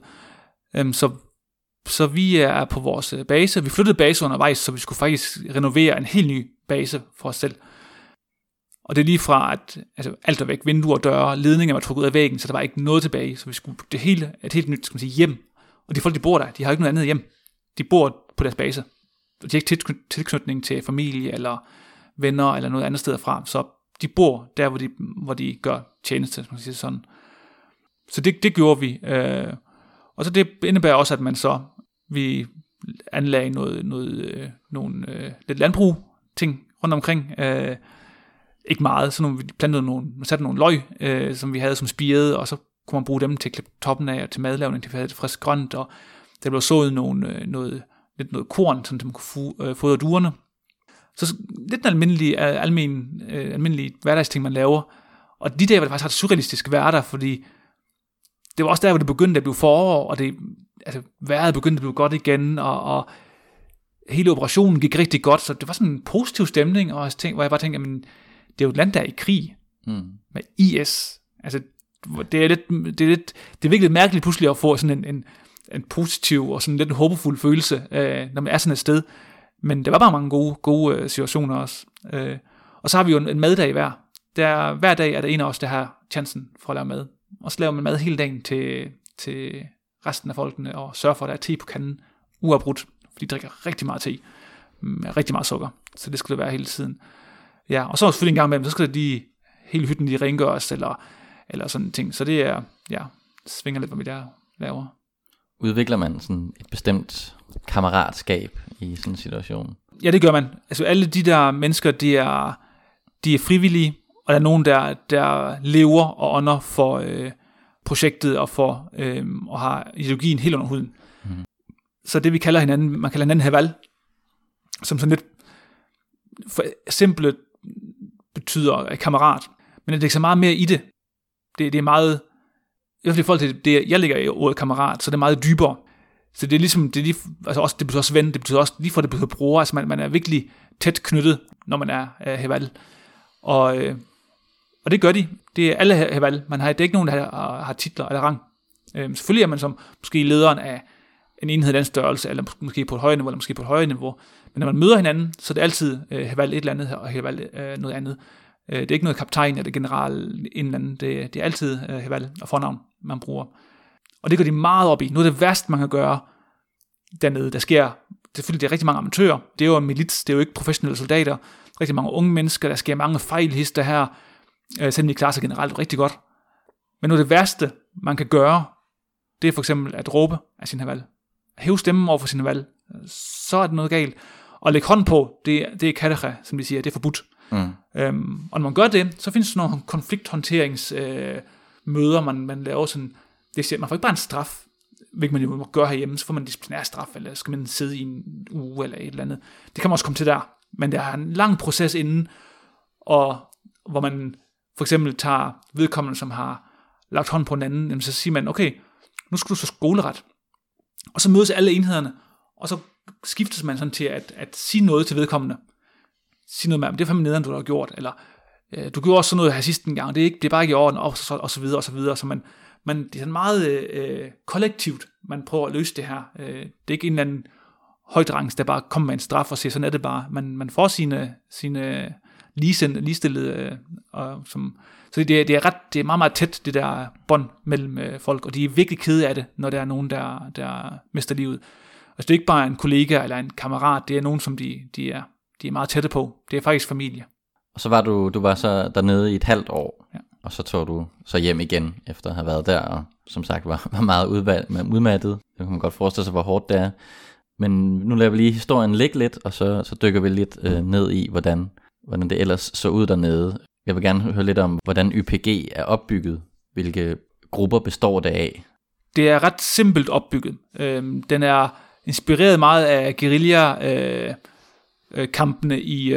Så vi er på vores base. Vi flyttede base undervejs, så vi skulle faktisk renovere en helt ny base for os selv. Og det er lige fra, at alt er væk, vinduer, døre, ledninger var trukket ud af væggen, så der var ikke noget tilbage. Så vi skulle et helt nyt, skal man sige, hjem. Og de folk, de bor der, de har ikke noget andet hjem. De bor på deres base. De har ikke tilknytning til familie eller venner eller noget andet sted fra. Så de bor der, hvor de gør tjeneste, skal man sige sådan. Så det gjorde vi. Og så det indebærer også, at vi anlagde nogle lidt landbrug ting rundt omkring. Ikke meget, så vi satte nogle løg, som vi havde som spirede, og så kunne man bruge dem til at klippe toppen af og til madlavning, til at have det frisk grønt, og der blev sået noget korn, så man kunne fodre duerne. Så lidt en almindelig hverdagsting, man laver. Og de dage var det faktisk ret surrealistisk at være der, fordi det var også der, hvor det begyndte at blive forår, og vejret begyndte at blive godt igen, og hele operationen gik rigtig godt, så det var sådan en positiv stemning, og hvor jeg bare tænkte, jamen, det er jo et land, der er i krig med IS. Altså, det er virkelig lidt mærkeligt pludselig at få sådan en positiv og sådan lidt en håbefuld følelse, når man er sådan et sted. Men der var bare mange gode situationer også. Og så har vi jo en maddag hver. Hver dag er der en af os, der har chancen for at lave mad. Og så laver man mad hele dagen til resten af folkene, og sørge for, at der er te på kanden uafbrudt, for de drikker rigtig meget te, med rigtig meget sukker, så det skal det være hele tiden. Ja, og så selvfølgelig en gang imellem, så skal det lige, hele hytten lige rengøres, eller sådan ting, så det er, svinger lidt, hvad vi der laver. Udvikler man sådan et bestemt kammeratskab i sådan en situation? Ja, det gør man. Altså alle de der mennesker, de er frivillige, og der er nogen, der lever og ånder for projektet og for og har ideologien helt under huden. Mm. Så det vi kalder hinanden, man kalder hinanden Heval, som sådan lidt for simple betyder kammerat, men det er så meget mere i det. Det er meget, i hvert fald i forhold til det, jeg ligger i ordet kammerat, så det er meget dybere. Så det er ligesom, altså det betyder også ven, det betyder også, lige for det betyder bror, altså man er virkelig tæt knyttet, når man er Heval. Og det gør de. Det er alle Heval. Det er ikke nogen, der har titler eller rang. Selvfølgelig er man som måske lederen af en enhed af den størrelse, eller måske på et højere niveau, eller måske på et højere niveau. Men når man møder hinanden, så er det altid Heval et eller andet, og Heval noget andet. Det er ikke noget kaptajn eller general en eller anden. Det er altid Heval og fornavn, man bruger. Og det går de meget op i. Noget af det værste, man kan gøre dernede, der sker, selvfølgelig det er rigtig mange amatører. Det er jo en milits, det er jo ikke professionelle soldater. Rigtig mange unge mennesker, der sker mange fejlhister her, selvom de klarer sig generelt rigtig godt. Men noget af det værste, man kan gøre, det er for eksempel at råbe af sin Heval. Hæve stemmen over for sin Heval. Så er det noget galt. Og lægge hånd på, det er kadacha, som de siger, det er forbudt. Og når man gør det, så findes der nogle konflikthåndteringsmøder, man laver sådan. Det siger, man får ikke bare en straf, hvilket man jo må gøre herhjemme, så får man en disciplinær straf, eller skal man sidde i en uge, eller et eller andet. Det kan man også komme til der. Men der er en lang proces inden, og hvor man for eksempel tager vedkommende, som har lagt hånd på en anden, jamen så siger man, okay, nu skal du så skoleret. Og så mødes alle enhederne, og så skiftes man sådan til at sige noget til vedkommende. Sige noget med, det er fandme nederen, du har gjort, eller du gjorde også sådan noget her sidste gang, det er bare ikke i orden, og så videre, og så videre. Så man det er sådan meget kollektivt, man prøver at løse det her. Det er ikke en eller anden højdrangs, der bare kommer med en straf og siger, sådan er det bare. Man får sine ligestillede, så det er meget, meget tæt, det der bånd mellem folk, og de er virkelig kede af det, når der er nogen, der mister livet. Altså det er ikke bare en kollega eller en kammerat, det er nogen, som de er meget tætte på. Det er faktisk familie. Og så var du var så dernede i et halvt år, ja. Og så tog du så hjem igen, efter at have været der, og som sagt var meget udmattet. Det kan man godt forestille sig, hvor hårdt det er. Men nu lader vi lige historien ligge lidt, og så dykker vi lidt ned i, hvordan det ellers så ud dernede. Jeg vil gerne høre lidt om, hvordan YPG er opbygget. Hvilke grupper består det af? Det er ret simpelt opbygget. Den er inspireret meget af guerilla-kampene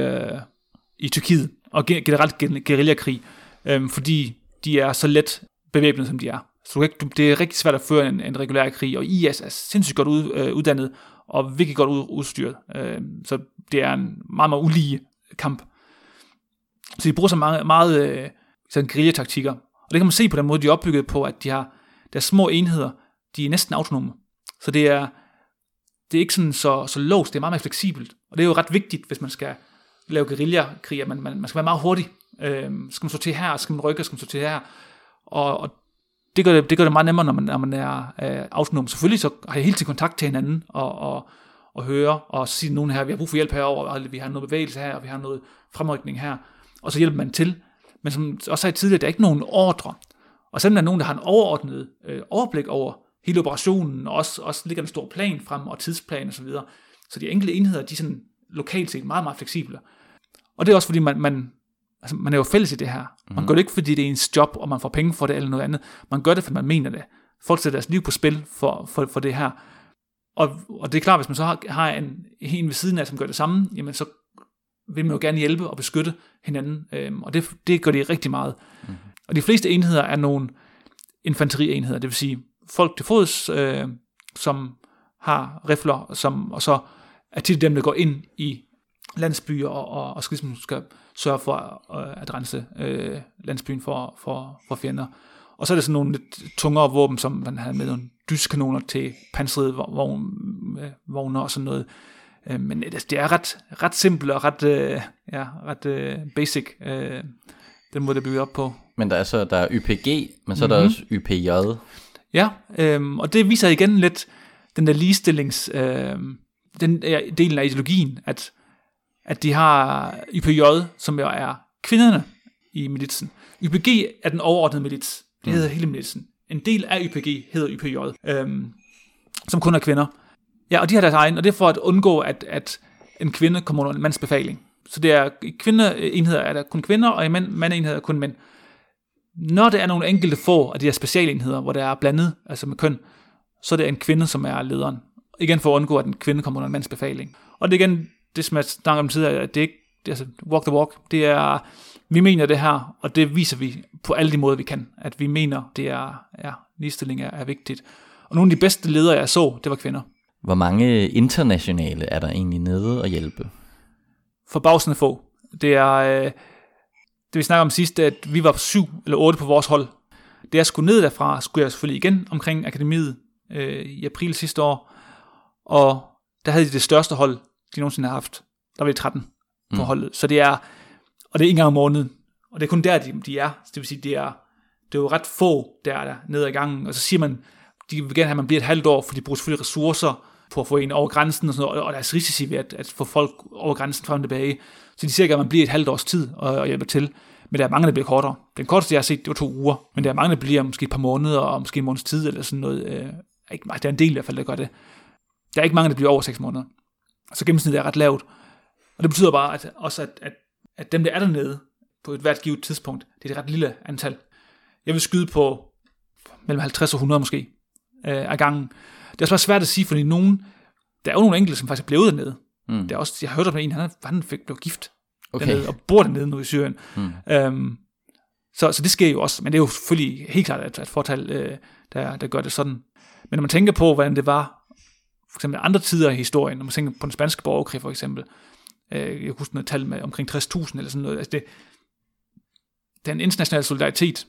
i Tyrkiet, og generelt guerillakrig, fordi de er så let bevæbnet, som de er. Så det er rigtig svært at føre en regulær krig, og IS er sindssygt godt uddannet, og virkelig godt udstyret. Så det er en meget, meget ulige kamp. Så de bruger så meget sådan guerillataktikker. Og det kan man se på den måde, de er opbygget på, at deres små enheder, de er næsten autonome. Så det er ikke sådan så låst, det er meget mere fleksibelt. Og det er jo ret vigtigt, hvis man skal lave guerillakrig, at man skal være meget hurtig. Skal man sortere her, skal man rykke, skal man sortere her. Og det gør det meget nemmere, når man er autonom. Selvfølgelig så har jeg hele tiden kontakt til hinanden, og høre, og sige nogen her, vi har brug for hjælp herover, og vi har noget bevægelse her, og vi har noget fremrykning her, og så hjælper man til. Men som også sagde tidligere, der er ikke nogen ordre. Og selvom der er nogen, der har en overordnet overblik over hele operationen, og også ligger en stor plan frem, og tidsplan osv., så de enkelte enheder, de er sådan lokalt set meget, meget fleksible. Og det er også fordi, man er jo fælles i det her. Man gør det ikke, fordi det er ens job, og man får penge for det, eller noget andet. Man gør det, fordi man mener det. Folk sætter deres liv på spil for det her. Og det er klart, hvis man så har en ved siden af, som gør det samme, jamen så vil man jo gerne hjælpe og beskytte hinanden. Og det gør det rigtig meget. Og de fleste enheder er nogle infanterienheder, det vil sige folk til fods, som har rifler, og så er tit dem, der går ind i landsbyer og skal sørge for at rense landsbyen for fjender. Og så er det sådan nogle lidt tungere våben, som man har med nogle dyskanoner til pansrede vogne og sådan noget. Men det er ret simpelt og ret basic, den måde det bygger op på. Men der er YPG, men så er der også YPJ. Ja, og det viser igen lidt den der ligestillings, den delen af ideologien, at de har YPJ, som jo er kvinderne i militsen. YPG er den overordnede milits. Det hedder hele militsen. En del af YPG hedder YPJ, som kun er kvinder. Ja, og de har deres egen, og det er for at undgå, at en kvinde kommer under en mands befaling. Så det er i kvindeenheder er der kun kvinder, og i mandeenheder er kun mænd. Når det er nogle enkelte få af de her specialenheder, hvor der er blandet, altså med køn, så er det en kvinde, som er lederen. Igen for at undgå, at en kvinde kommer under en mands befaling. Og det er igen det, som jeg snakker om tidligere, at det ikke det er altså walk the walk. Det er, vi mener det her, og det viser vi på alle de måder, vi kan. At vi mener, det er, ligestilling er vigtigt. Og nogle af de bedste ledere, jeg så, det var kvinder. Hvor mange internationale er der egentlig nede at hjælpe? Forbavsende få. Det er, det vi snakker om sidst, at vi var på 7 eller 8 på vores hold. Da jeg skulle ned derfra, skulle jeg selvfølgelig igen omkring akademiet i april sidste år. Og der havde de det største hold, de nogensinde har haft. Der var de 13 på holdet. Så det er, og det er ikke engang om måneden. Og det er kun der, de er. Så det vil sige, det er jo ret få, der er der nede ad gangen. Og så siger man, de vil gerne have, at man bliver et halvt år, for de bruger selvfølgelig ressourcer på at få en over grænsen, og sådan noget, og der er risici ved at få folk over grænsen frem og tilbage. Så de siger ikke, at man bliver et halvt års tid og hjælper til. Men der er mange, der bliver kortere. Den korteste, jeg har set, det var 2 uger. Men der er mange, der bliver måske et par måneder, og måske en måneds tid, eller sådan noget. Der er en del i hvert fald, der gør det. Der er ikke mange, der bliver over 6 måneder. Så gennemsnittet er ret lavt. Og det betyder bare, at dem, der er dernede på et hvert givet tidspunkt, det er et ret lille antal. Jeg vil skyde på mellem 50 og 100 måske af gangen. Det er også bare svært at sige, fordi der er jo nogle enkelte, som faktisk er blevet dernede. Det er også, jeg har hørt om en, han blev gift dernede, og bor dernede nu i Syrien. Så det sker jo også, men det er jo selvfølgelig helt klart et fortal, der gør det sådan. Men når man tænker på, hvordan det var, for eksempel andre tider i historien, når man tænker på den spanske borgerkrig for eksempel, jeg husker noget tal med omkring 60.000 eller sådan noget, altså den internationale solidaritet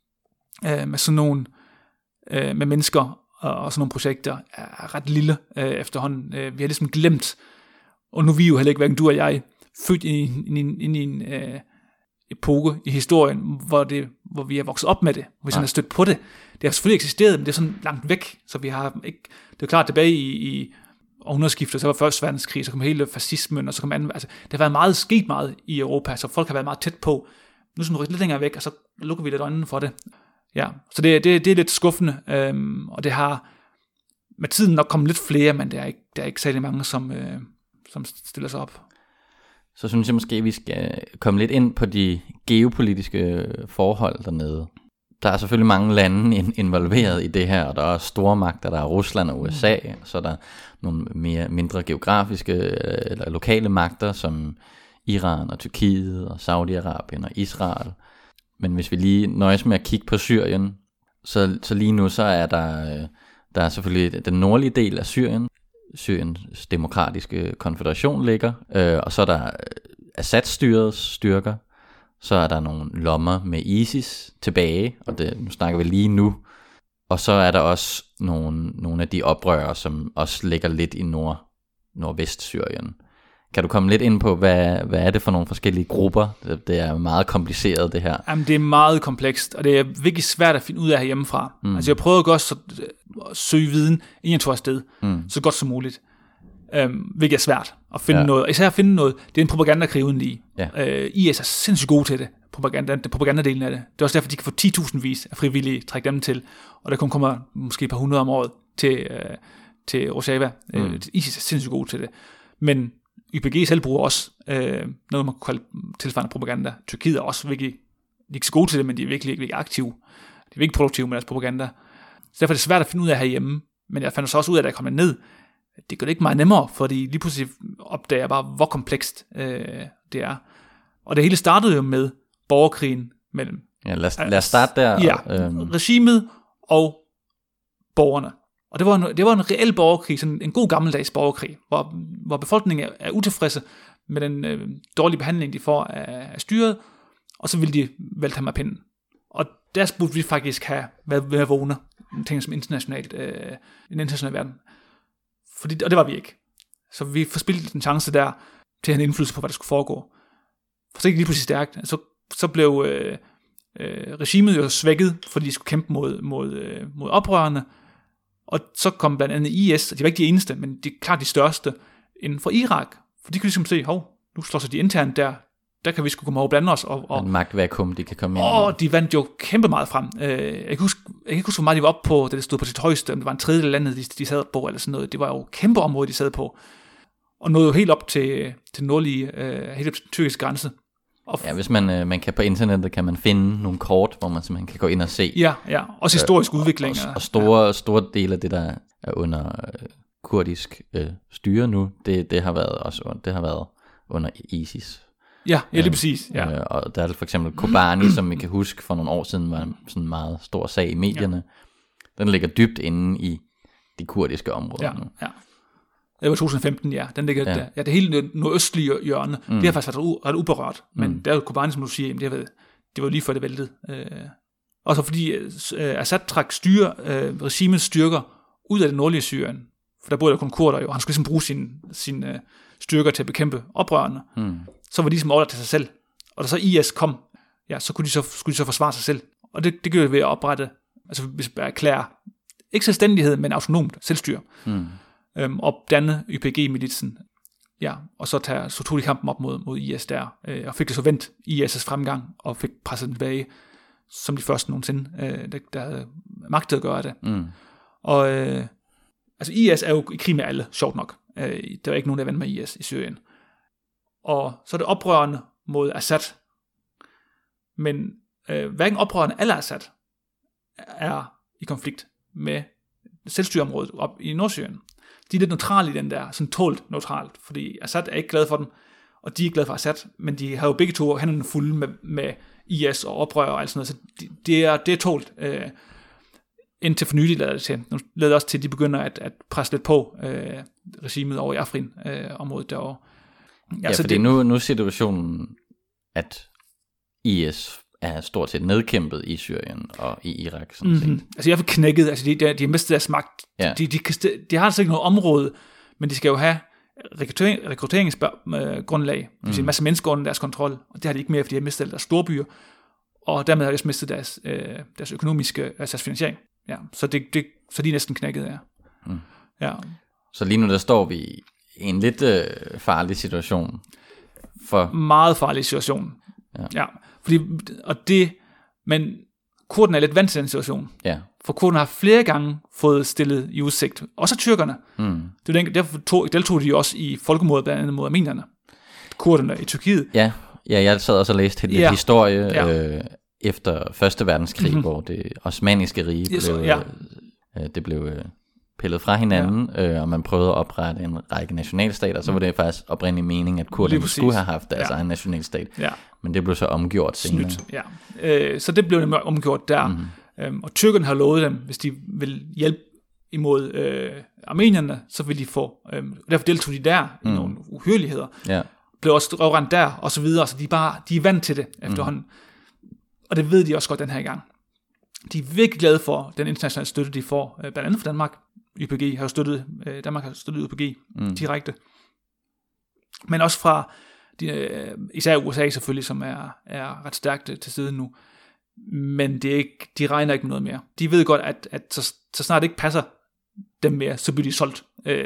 med sådan nogle med mennesker og sådan nogle projekter er ret lille efterhånden. Vi har ligesom glemt, og nu er vi jo heller ikke, hverken du og jeg, født ind i en epoke i historien, hvor vi er vokset op med det, hvor vi sådan har stødt på det. Det har selvfølgelig eksisteret, men det er sådan langt væk, så vi har ikke, det er klart tilbage i århundredeskiftet, så var første verdenskrig, så kom hele fascismen, og så kom anden, altså det har været sket meget i Europa, så folk har været meget tæt på. Nu er det lidt længere væk, og så lukker vi lidt øjnene for det. Ja, så det er lidt skuffende, og det har med tiden nok kommet lidt flere, men der er ikke særlig mange, som stiller sig op. Så synes jeg måske, vi skal komme lidt ind på de geopolitiske forhold dernede. Der er selvfølgelig mange lande involveret i det her, og der er store magter, der er Rusland og USA, så er der nogle mindre geografiske eller lokale magter, som Iran og Tyrkiet og Saudi-Arabien og Israel. Men hvis vi lige nøjes med at kigge på Syrien, så lige nu så er der er selvfølgelig den nordlige del af Syrien. Syriens demokratiske konfederation ligger, og så er der Assad-styrets styrker, så er der nogle lommer med ISIS tilbage, og nu snakker vi lige nu, og så er der også nogle af de oprørere, som også ligger lidt i nordvest-Syrien. Kan du komme lidt ind på, hvad er det for nogle forskellige grupper? Det er meget kompliceret, det her. Jamen, det er meget komplekst, og det er virkelig svært at finde ud af herhjemmefra. Altså, jeg prøvede også at søge viden, inden jeg tog afsted, så godt som muligt. Hvilket er svært at finde noget. Især at finde noget, det er en propagandakrig uden lige. IS er sindssygt gode til det, propagandadelen af det. Det er også derfor, de kan få 10.000 vis af frivillige, trække dem til, og der kun kommer måske et par 100 om året til Rojava. ISIS er sindssygt gode til det. Men YPG selv bruger også noget, man kan kalde tilsvarende propaganda. Tyrkiet er også virkelig, de er ikke så gode til det, men de er virkelig aktive. De er virkelig produktive med deres propaganda. Så derfor er det svært at finde ud af herhjemme. Men jeg fandt så også ud af, at jeg kom ned. Det gør det ikke meget nemmere, fordi lige pludselig opdager jeg bare, hvor komplekst det er. Og det hele startede jo med borgerkrigen mellem... Ja, lad os starte der. Ja, regimet og borgerne. Og det var en reel borgerkrig, sådan en god gammeldags borgerkrig, hvor befolkningen er utilfredse med den dårlige behandling, de får af styret, og så vil de vælte ham af pinden. Og der burde vi faktisk have været vågne, ting som internationalt, en international verden. Og det var vi ikke. Så vi forspildte en chance der, til at have en indflydelse på, hvad der skulle foregå. For så gik lige pludselig stærkt. Så blev regimet jo svækket, fordi de skulle kæmpe mod oprørerne. Og så kom blandt andet IS, og de var ikke de eneste, men de er klart de største inden for Irak. For de kunne ligesom se, nu slår sig de internt der kan vi sgu komme over og blande os. Og en magtvakuum, de kan komme ind. Og de vandt jo kæmpe meget frem. Jeg kan ikke huske, hvor meget de var oppe på, da det stod på sit højeste, om det var en tredjedel af landet, de sad på, eller sådan noget. Det var jo kæmpe område, de sad på. Og nåede jo helt op til den nordlige, helt op til den tyrkiske grænse. Ja, hvis man kan på internettet, kan man finde nogle kort, hvor man simpelthen kan gå ind og se. Ja, også historisk udvikling. Og store dele af det, der er under kurdisk styre nu, det har været under ISIS. Ja, lige præcis. Ja. Og der er for eksempel Kobani, som vi kan huske for nogle år siden, var sådan en meget stor sag i medierne. Ja. Den ligger dybt inde i de kurdiske områder nu. Ja. Det var 2015, ja. Den ligger der. Ja, det hele nordøstlige hjørne, det har faktisk været ret uberørt. Men der er jo Kobani, som du siger, jamen, det var lige før det væltede. Og så fordi Assad trak regimets styrker ud af det nordlige Syrien, for der boede der kun kurder jo, han skulle ligesom bruge sine styrker til at bekæmpe oprørerne. Så var de ligesom overladt til sig selv. Og da så IS kom, så skulle de så forsvare sig selv. Og det gjorde det ved at oprette, altså hvis man erklærer, ikke selvstændighed, men autonomt selvstyre. Og danne YPG-militsen. Ja, og så tog de kampen op mod IS der, og fik det så vendt IS' fremgang, og fik presset den tilbage, som de første nogensinde, der havde magtet at gøre det. Og altså IS er jo i krig med alle, sjovt nok. Der er ikke nogen, der er ven med IS i Syrien. Og så er det oprørende mod Assad. Men hverken oprørende eller Assad er i konflikt med selvstyreområdet op i Nordsyrien. De er lidt neutrale i den der, sådan tålt neutralt, fordi Assad er ikke glad for dem, og de er ikke glade for Assad, men de har jo begge to hænderne fulde med IS og oprør og alt sådan noget, så det er tålt. Indtil for nylig lader det til. Nu lader det også til, at de begynder at presse lidt på regimet over i Afrin-området derovre. Ja, fordi nu er situationen, at IS er stort set nedkæmpet i Syrien og i Irak. Sådan set. Altså jeg er knækket, altså de har mistet deres magt. Ja. De har altså ikke noget område, men de skal jo have rekrutteringsgrundlag. Det vil sige en masse mennesker under deres kontrol, og det har de ikke mere, fordi de har mistet deres storbyer, og dermed har de også mistet deres økonomiske, altså deres finansiering. Ja, så de er næsten knækket, ja. Ja. Så lige nu der står vi i en lidt farlig situation. Meget farlig situation. Ja. Men kurderne er lidt vant til den situation. Ja. For kurderne har flere gange fået stillet i udsigt, også tyrkerne. Derfor deltog de også i folkemordet blandt andet mod armenierne. Kurderne i Tyrkiet. Ja, jeg sad også og læste lidt historie efter Første Verdenskrig, hvor det osmanniske rige blev pillet fra hinanden, og man prøvede at oprette en række nationalstater, så var det faktisk oprindelig mening, at kurderne skulle have haft deres egen nationalstat. Ja. Men det blev så omgjort senere. Så det blev nemlig omgjort der. Og tyrkerne har lovet dem, hvis de vil hjælpe imod armenierne, så vil de få. Derfor deltog de der i nogle uhyreligheder. Ja. Blev også røvrendt der, og så videre. Så de er vant til det efterhånden. Og det ved de også godt den her gang. De er virkelig glade for den internationale støtte, de får, blandt andet fra Danmark. YPG har jo støttet, Danmark har støttet YPG direkte. Men også fra især USA selvfølgelig, som er ret stærkt til siden nu. Men det er ikke, de regner ikke med noget mere. De ved godt, at så snart det ikke passer dem mere, så bliver de solgt.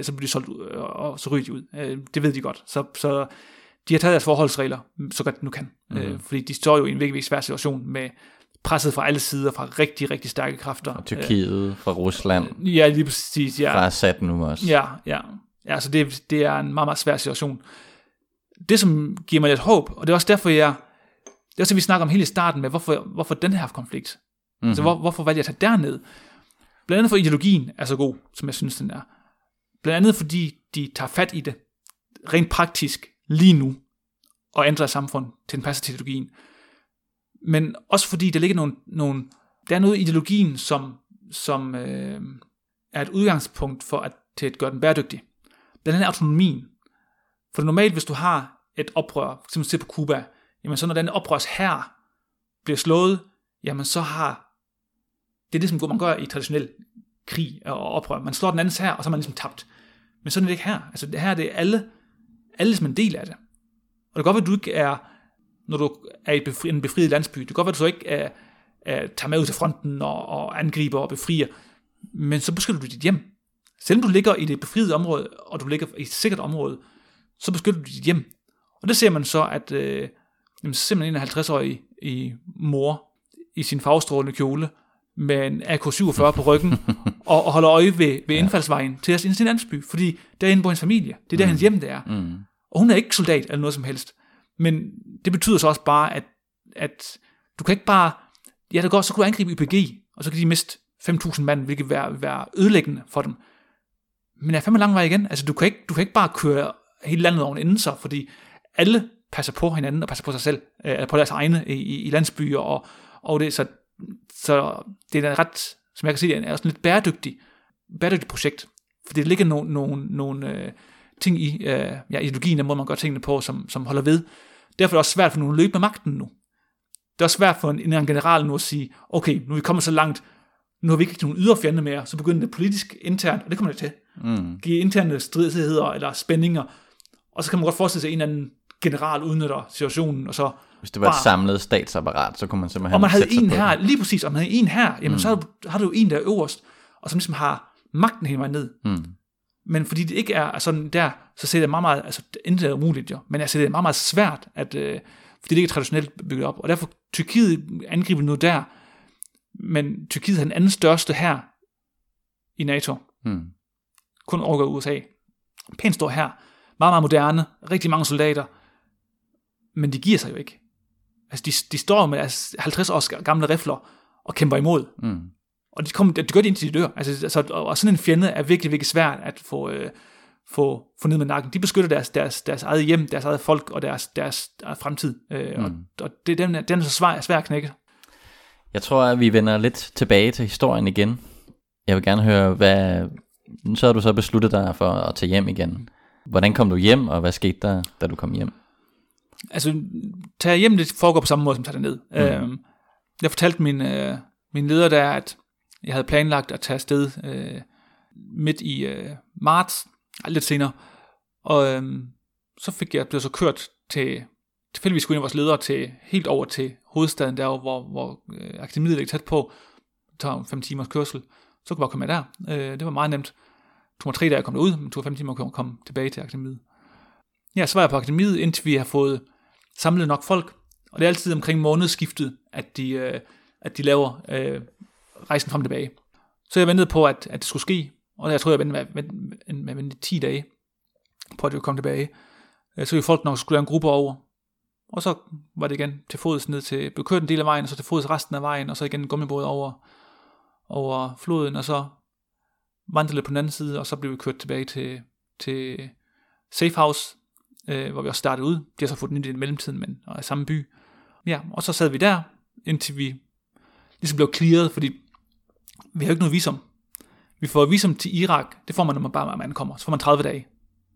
Og så ryger de ud. Det ved de godt. Så de har taget deres forholdsregler, så godt de nu kan. Fordi de står jo i en virkelig svær situation med presset fra alle sider, fra rigtig, rigtig stærke kræfter. Fra Tyrkiet, fra Rusland. Ja, lige præcis. Ja. Fra Assad nu også. Ja, så det er en meget, meget svær situation. Det, som giver mig lidt håb, og det er også derfor, det er også, vi snakker om hele i starten med, hvorfor den her konflikt. Så hvorfor valgte jeg at tage derned? Blandt andet for ideologien er så god, som jeg synes, den er. Blandt andet fordi de tager fat i det, rent praktisk, lige nu, og ændrer samfund til den passer til ideologien. Men også fordi der ligger der er noget i ideologien, som er et udgangspunkt for til at gøre den bæredygtig. Blandt andet autonomien. For normalt, hvis du har et oprør, f.eks. se på Cuba, jamen så når den oprørs hær bliver slået, jamen så har det er det, som man gør i traditionel krig og oprør. Man slår den andens hær, og så er man ligesom tabt. Men sådan er det ikke her. Altså det her, det er alle som en del af det. Og det kan godt være, at du ikke er, når du er i en befriet landsby, det kan godt være, at du så ikke tager med ud til fronten og angriber og befrier. Men så beskytter du dit hjem. Selvom du ligger i det befriede område, og du ligger i et sikkert område, så beskytter du dit hjem. Og det ser man så, at simpelthen en 50-årig mor i sin farvestrålende kjole, med en AK-47 på ryggen, og holder øje ved indfaldsvejen til sin landsby, fordi derinde bor hendes familie. Det er der hendes hjem, det er. Og hun er ikke soldat eller noget som helst. Men det betyder så også bare, at du kan ikke bare... Ja, det går, så kan du angribe YPG, og så kan de miste 5.000 mand, hvilket vil være ødelæggende for dem. Men jeg er fandme lang vej igen. Altså, du kan ikke bare køre hele landet over inden så, fordi alle passer på hinanden og passer på sig selv, på deres egne i landsbyer, og det, så det er ret, som jeg kan sige, det er også lidt bæredygtigt projekt, fordi der ligger nogle ting i ideologien, der måde man gør tingene på, som holder ved. Derfor er det også svært for nogen at løbe med magten nu. Det er også svært for en general nu at sige, okay, nu er vi kommet så langt, nu har vi ikke nogen ydre fjende mere, så begynder det politisk internt, og det kommer det til. Give interne stridigheder eller spændinger, og så kan man godt forestille sig, at en eller anden general udnytter situationen, og så... Hvis det var et samlet statsapparat, så kunne man simpelthen... Og man havde en her, lige præcis, og man havde en her, jamen så har du jo en, der er øverst, og som ligesom har magten hele vejen ned. Men fordi det ikke er sådan der, så ser det meget, altså intet er umuligt jo, men jeg ser det meget, meget svært, fordi det ikke er traditionelt bygget op, og derfor Tyrkiet angriber nu der, men Tyrkiet har den anden største her i NATO. Kun overgår USA. Pænt stor her. Meget, meget moderne. Rigtig mange soldater. Men de giver sig jo ikke. Altså, de står med 50 års gamle rifler og kæmper imod. Og de gør det indtil de dør. Altså, og sådan en fjende er virkelig, virkelig svært at få ned med nakken. De beskytter deres eget hjem, deres eget folk og deres fremtid. Og den er så svær at knække. Jeg tror, at vi vender lidt tilbage til historien igen. Jeg vil gerne høre, så har du så besluttet dig for at tage hjem igen. Hvordan kom du hjem, og hvad skete der, da du kom hjem? Altså, tage hjem, det foregår på samme måde, som tage det ned. Jeg fortalte min leder der, at jeg havde planlagt at tage afsted midt i marts, lidt senere. Og så blev så kørt tilfældigvis skulle en af vores ledere helt over til hovedstaden, der hvor akademiet ligger tæt på. Det tager 5 timers kørsel. Så kunne jeg bare komme med der. Det var meget nemt. Det tog mig 3 dage at komme derud, men det tog 5 timer at komme tilbage til akademiet. Ja, så var jeg på akademiet, indtil vi har fået samlet nok folk. Og det er altid omkring månedsskiftet, at de laver rejsen frem tilbage. Så jeg ventede på, at det skulle ske. Og jeg tror, jeg ventede 10 dage på, at det ville komme tilbage. Så vi folk nok skulle lave en gruppe over. Og så var det igen til fods ned til, blev kørt en del af vejen, og så til fods resten af vejen, og så igen en gummibåd over floden, og så vandrede lidt på den anden side, og så blev vi kørt tilbage til Safe House, hvor vi også startede ud. De har så fået den i mellemtiden, men i samme by. Ja, og så sad vi der, indtil vi ligesom blev clearet, fordi vi har ikke noget visum. Vi får visum til Irak, det får man, når man bare ankommer. Så får man 30 dage.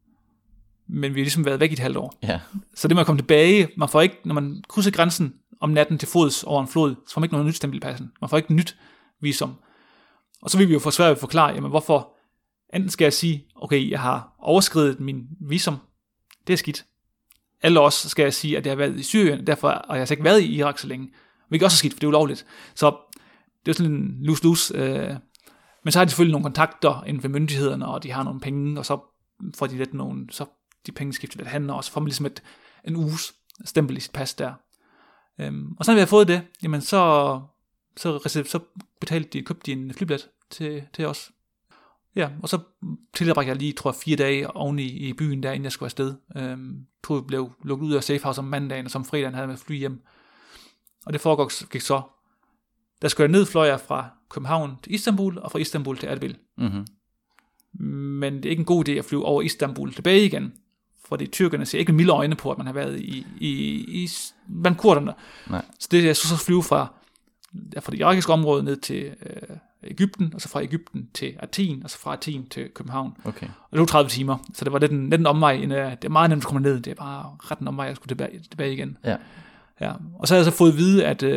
Men vi har ligesom været væk i et halvt år. Ja. Så det med at komme tilbage, man får ikke, når man krydser grænsen om natten til fods over en flod, så får man ikke noget nyt stempel i passen. Man får ikke nyt visum. Og så vil vi jo få svært at forklare, jamen hvorfor, enten skal jeg sige, okay, jeg har overskredet min visum, det er skidt. Eller også skal jeg sige, at jeg har været i Syrien, derfor, og jeg har ikke været i Irak så længe. Hvilket også er skidt, for det er ulovligt. Så det er sådan en lose-lose. Men så har de selvfølgelig nogle kontakter inden for myndighederne, og de har nogle penge, og så får de lidt nogle, så de penge skifter lidt handler, og så får man ligesom en uges stempel i sit pas der. Og så når vi har fået det, jamen så købte de en flybillet til os. Ja, og så tilbragte jeg lige, tror jeg, 4 dage oven i byen der, inden jeg skulle afsted. Tror jeg blev lukket ud af Safe House om mandagen, og som fredagen havde jeg med fly hjem. Og det gik så. Der skulle jeg ned, fløj jeg fra København til Istanbul, og fra Istanbul til Erbil. Men det er ikke en god idé at flyve over Istanbul tilbage igen, fordi tyrkerne ser ikke med milde øjne på, at man har været i blandt kurderne. Nej. Så det er så flyve fra det irakiske område ned til Egypten, og så fra Egypten til Athen, og så fra Athen til København. Okay. Og det var 30 timer, så det var lidt en omvej. Det er meget nemt at komme ned, det er bare ret en omvej, at skulle tilbage igen. Ja. Og så har jeg så fået at vide, at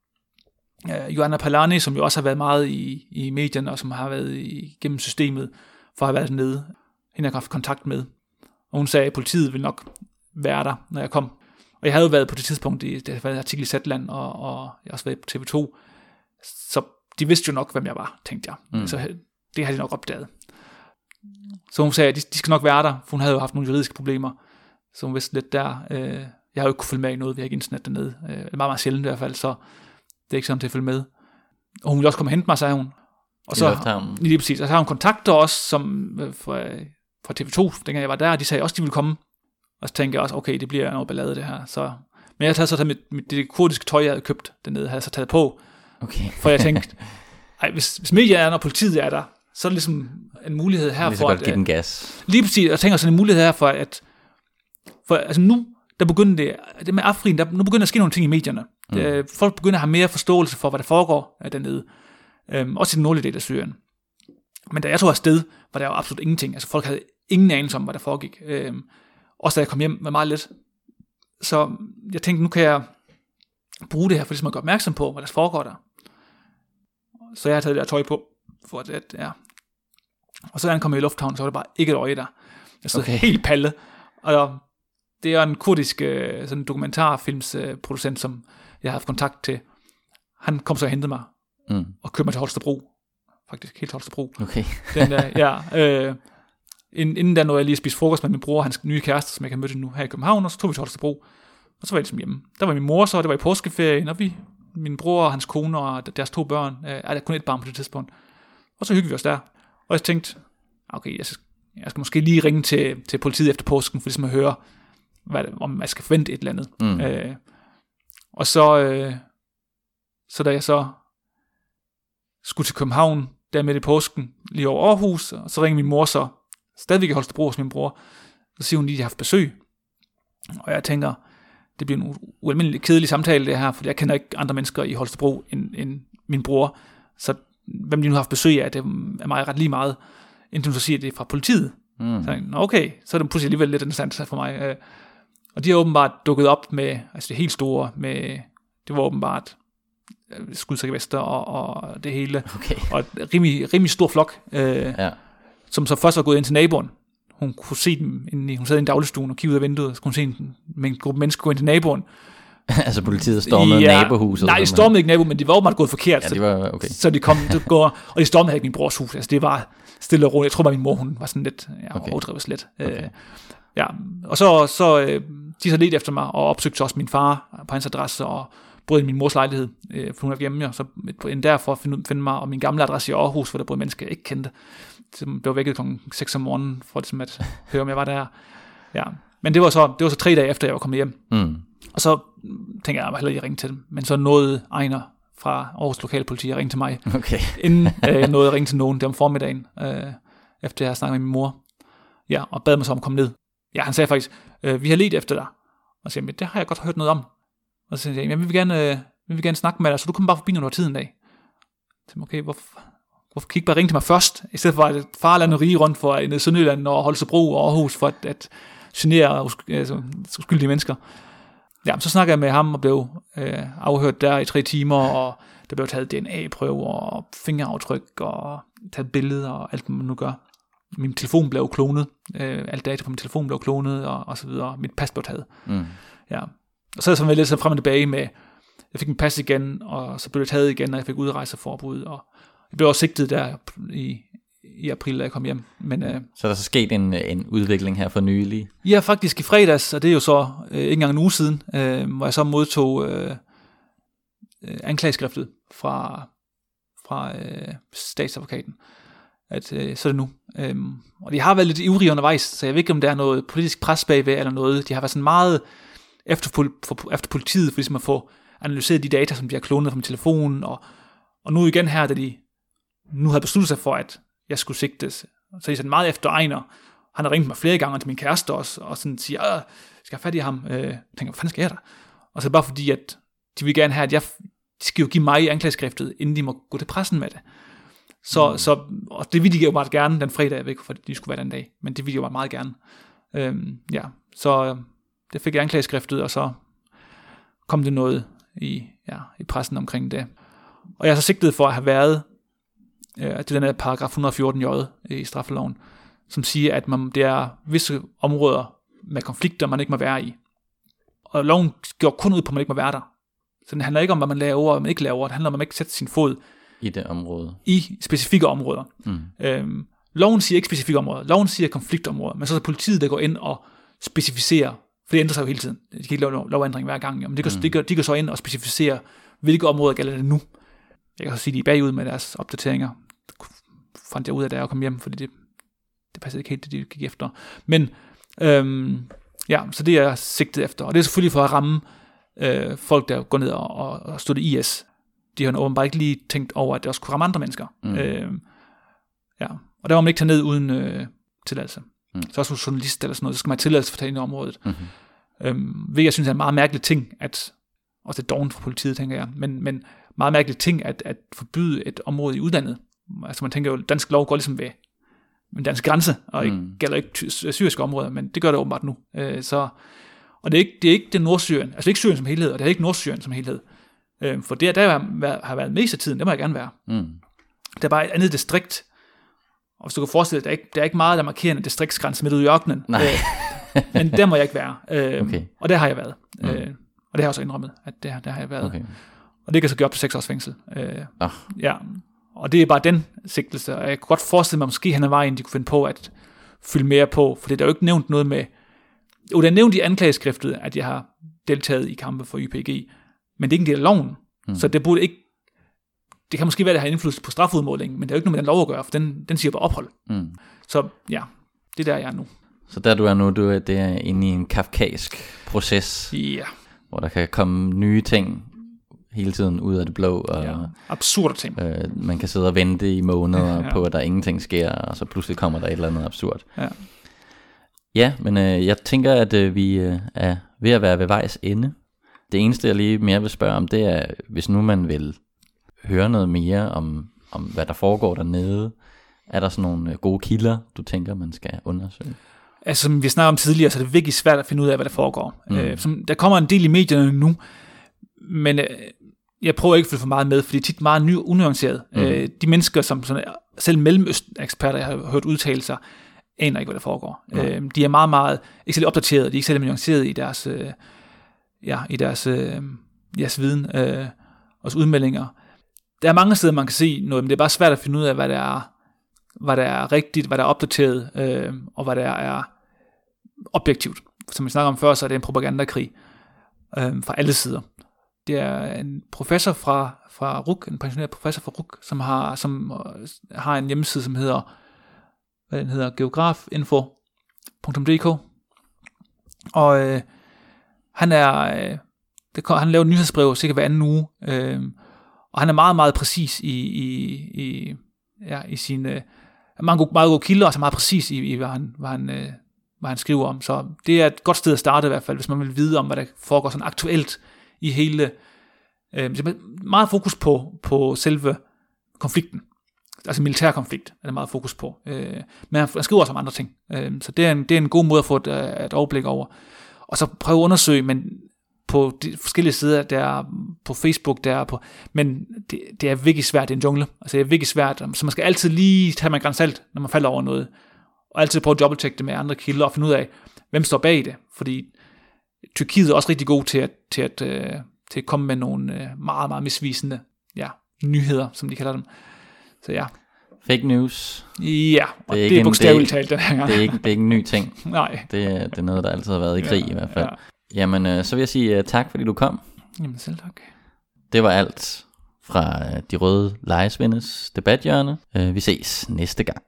Joanna Palani, som jo også har været meget i medierne, og som har været igennem systemet, for at have været nede, hende har haft kontakt med. Og hun sagde, at politiet ville nok være der, når jeg kom. Og jeg havde jo været på det tidspunkt, det har været en artikel i Zetland, og jeg har også været på TV2, Så de vidste jo nok, hvem jeg var, tænkte jeg. Så det har de nok opdaget. Så hun sagde, at de skal nok være der, for hun havde jo haft nogle juridiske problemer. Så hun vidste lidt der. Jeg har jo ikke kunne følge med i noget, vi har ikke internet dernede. Meget, meget sjældent i hvert fald, så det er ikke sådan til at følge med. Og hun ville også komme og hente mig, sagde hun. Og så, lige præcis. Og så har hun kontakter også, som fra TV2, dengang jeg var der, de sagde også, de ville komme. Og så tænkte jeg også, okay, det bliver noget ballade det her. Så, men jeg havde så taget det kurdiske tøj, jeg havde købt dernede, havde jeg så taget på. Okay. For jeg tænkte, hvis media er, når politiet er der, så er det ligesom en mulighed her for at give den gas. Lige præcis, jeg tænker sådan en mulighed her for altså nu, der begynder det med Afrin, nu begynder der at ske nogle ting i medierne. Folk begynder at have mere forståelse for, hvad der foregår dernede. Også i den nordlige del af Syrien. Men da jeg tog afsted, var der jo absolut ingenting. Altså folk havde ingen anelse om, hvad der foregik. Også da jeg kom hjem med meget lidt. Så jeg tænkte, nu kan jeg bruge det her, for ligesom at gøre opmærksom på, hvad der foregår der. Så jeg har taget det der tøj på, for at og så da han kom i lufthavnen, så var det bare ikke et øje der. Jeg stod helt palle. Og det er en kurdisk sådan dokumentarfilmsproducent, som jeg har haft kontakt til. Han kom så og hentede mig, og kørte mig til Holstebro. Faktisk helt Holstebro. Okay. Den der, inden der nåede jeg lige at spise frokost med min bror og hans nye kæreste, som jeg kan møde nu her i København, og så tog vi til Holstebro. Og så var jeg ligesom hjemme. Der var min mor så, det var i påskeferien, og min bror og hans kone og deres 2 børn, der kun et barn på det tidspunkt. Og så hyggede vi os der. Og jeg tænkte, okay, jeg skal måske lige ringe til politiet efter påsken, for ligesom at høre, om man skal forvente et eller andet. Og så da jeg så skulle til København, der midt i påsken, lige over Aarhus, og så ringede min mor så, stadigvæk i Holstebro hos min bror, så siger hun lige, at jeg har haft besøg. Og jeg tænker, det bliver en ualmindelig kedelig samtale det her, for jeg kender ikke andre mennesker i Holstebro end min bror, så hvem de nu har haft besøg af, det er mig ret lige meget, indtil hun så siger, at det er fra politiet. Så jeg, okay, så er det pludselig alligevel lidt interessant for mig. Og de har åbenbart dukket op med, altså det helt store, det var åbenbart skudsikkervester og det hele, og et rimelig stor flok, som så først var gået ind til naboen. Hun kunne se dem, hun sad i en dagligstuen og kiggede ud af vinduet, og så kunne hun se en gruppe mennesker gå ind til naboen. Altså politiet stormede nabohuset? Nej, de stormede ikke naboen, men de var åbenbart gået forkert. Ja, de var okay. Så de kom, og de stormede ikke min brors hus. Altså det var stille og roligt. Jeg tror bare, min mor, hun var sådan lidt, overdrevet lidt. Og så de så lidt efter mig, og opsøgte også min far på hans adresse, og brød i min mors lejlighed, for hun var hjemme, og så endte derfor at finde mig, og min gamle adresse i Aarhus, hvor der boede mennesker, jeg ikke kendte. Så blev vækket kl. 6 om morgenen, for ligesom at høre, om jeg var der. Ja. Men det var så 3 dage efter, jeg var kommet hjem. Og så tænkte jeg, heller ikke ringe til dem. Men så nåede Ejner fra Aarhus Lokalpoliti at ringe til mig. Inden jeg nåede at ringe til nogen, det om formiddagen, efter jeg snakkede med min mor. Ja, og bad mig så om at komme ned. Ja, han sagde faktisk, vi har let efter dig. Og så sagde jeg, det har jeg godt hørt noget om. Og så sagde jeg, vi vil gerne snakke med dig, så du kommer bare forbi, når du har tid en dag. Så jeg, okay, hvorfor kan I ikke bare ringe til mig først, i stedet for at farland og rige rundt for Sønderjylland og Holstebro og Aarhus, for at genere uskyldige mennesker. Ja, så snakkede jeg med ham og blev afhørt der i 3 timer, og der blev taget DNA-prøver og fingeraftryk og taget billeder og alt, man nu gør. Min telefon blev klonet, alt data på min telefon blev klonet og så videre. Mit pas blev taget. Ja. Og så er jeg så lidt så frem og tilbage med, jeg fik min pas igen, og så blev det taget igen, og jeg fik udrejseforbud, og jeg blev også sigtet der i april, da jeg kom hjem. Men, så der er så sket en udvikling her for nylig? Ja, faktisk i fredags, og det er jo så ikke engang en uge siden, hvor jeg så modtog anklageskriftet fra statsadvokaten, at så er det nu. Og de har været lidt ivrige undervejs, så jeg ved ikke, om der er noget politisk pres bagved, eller noget. De har været sådan meget efter politiet, for ligesom at få analyseret de data, som de har klonet fra min telefon, og nu igen her, da de nu havde besluttet sig for, at jeg skulle sigtes, så er de sådan meget efter Ejner. Han har ringt mig flere gange til min kæreste også, og sådan siger, skal jeg have fat i ham? Jeg tænker, hvad fanden skal jeg der? Og så er det bare fordi, at de vil gerne have, at de skal jo give mig anklageskriftet, inden de må gå til pressen med det. Så og det ville de jo bare gerne den fredag, jeg ved ikke, for de skulle være den dag, men det ville de jo bare meget gerne. Så det fik jeg anklageskriftet, og så kom det noget i pressen omkring det. Og jeg er så sigtet for at have været til den her paragraf 114J i straffeloven, som siger, at det er visse områder med konflikter, man ikke må være i. Og loven går kun ud på, at man ikke må være der. Så det handler ikke om, hvad man laver og hvad man ikke laver. Det handler om, at man ikke sætter sin fod I det område. I specifikke områder. Loven siger ikke specifikke områder. Loven siger konfliktområder. Men så er det politiet, der går ind og specificerer. For det ændrer sig jo hele tiden. De kan ikke lave lovændring hver gang. Men de går så ind og specificerer, hvilke områder gælder det nu. Jeg kan så sige, at de er bagud med deres opdateringer. Det fandt jeg ud af, da jeg kom hjem, fordi det passede ikke helt, det de gik efter. Men så det er sigtet efter. Og det er selvfølgelig for at ramme folk, der går ned og støtter IS. De har åbenbart ikke lige tænkt over, at det også kunne ramme andre mennesker. Og der var man ikke tage ned uden tilladelse. Så også som journalist eller sådan noget, så skal man have tilladelse for at tage ind i området. Hvilket jeg synes er en meget mærkelig ting, at også det er dårligt for politiet, tænker jeg, men meget mærkelig ting, at forbyde et område i udlandet. Altså man tænker jo, dansk lov går ligesom ved en dansk grænse, og ikke, gælder ikke syriske områder, men det gør det åbenbart nu. Og det er ikke det Nordsyrien, altså ikke Syrien som helhed, og det er ikke Nordsyrien som helhed. For det der har været mest af tiden, det må jeg gerne være. Det er bare et andet distrikt, og hvis du kan forestille dig, der er ikke meget, der markerer en distriktsgrænse midt ude i ørkenen. Men der må jeg ikke være. Okay. Og der har jeg været. Og det har jeg også indrømmet, at der har jeg været. Okay. Og det kan så gøre op til 6 års fængsel. Ja. Og det er bare den sigtelse, og jeg kunne godt forestille mig, måske han er vejen, de kunne finde på at fylde mere på, for det er jo ikke nævnt noget med, jo, der er nævnt i anklageskriftet, at jeg har deltaget i kampe for YPG, men det er ikke en del af loven, så det burde ikke, det kan måske være, at det har indflydelse på strafudmålingen, men det er jo ikke noget med den lov at gøre, for den siger bare ophold. Så ja, det er der, jeg er nu. Så der du er nu, det er inde i en kafkask proces, hvor der kan komme nye ting hele tiden ud af det blå. Og, absurde ting. Man kan sidde og vente i måneder på, at der ingenting sker, og så pludselig kommer der et eller andet absurd. Ja, men jeg tænker, at vi er ved at være ved vejs ende. Det eneste, jeg lige mere vil spørge om, det er, hvis nu man vil høre noget mere om hvad der foregår dernede, er der sådan nogle gode kilder, du tænker, man skal undersøge? Altså, som vi snakkede om tidligere, så er det virkelig svært at finde ud af, hvad der foregår. Der kommer en del i medierne nu, men jeg prøver ikke at følge for meget med, for det er tit meget unuanceret. De mennesker, som sådan, selv Mellemøsten-eksperter, jeg har hørt udtale sig, aner ikke, hvad der foregår. De er meget, meget, ikke særlig opdaterede, de er ikke særlig nuanceret i deres viden og udmeldinger. Der er mange steder, man kan se noget, men det er bare svært at finde ud af, hvad der er rigtigt, hvad der er opdateret, og hvad der er objektivt. Som vi snakker om før, så er det en propagandakrig fra alle sider. Det er en professor fra RUC, en pensioneret professor fra RUC, som har en hjemmeside, som hedder geografinfo.dk, og han laver nyhedsbreve sikkert hver anden uge, og han er meget, meget præcis i sine meget gode kilder, og så meget præcis i hvad han skriver om. Så det er et godt sted at starte i hvert fald, hvis man vil vide om, hvad der foregår sådan aktuelt i hele. Meget fokus på selve konflikten. Altså militærkonflikt er det meget fokus på. Men han skriver også om andre ting. Så det er en god måde at få et overblik over. Og så prøve at undersøge, men på de forskellige sider, der på Facebook, men det er virkelig svært, det er en jungle. Altså det er virkelig svært, så man skal altid lige tage med en gran salt, når man falder over noget. Og altid prøve at dobbelttjekke det med andre kilder og finde ud af, hvem står bag det. Fordi Tyrkiet er også rigtig god til at komme med nogle meget, meget misvisende nyheder, som de kalder dem. Så ja. Fake news. Ja, og det er bogstaveligt talt den her gang. Det er ikke en ny ting. Nej. Det er noget, der altid har været i krig i hvert fald. Ja. Jamen, så vil jeg sige tak, fordi du kom. Jamen selv tak. Det var alt fra De Røde Lejesvendes debathjørne. Vi ses næste gang.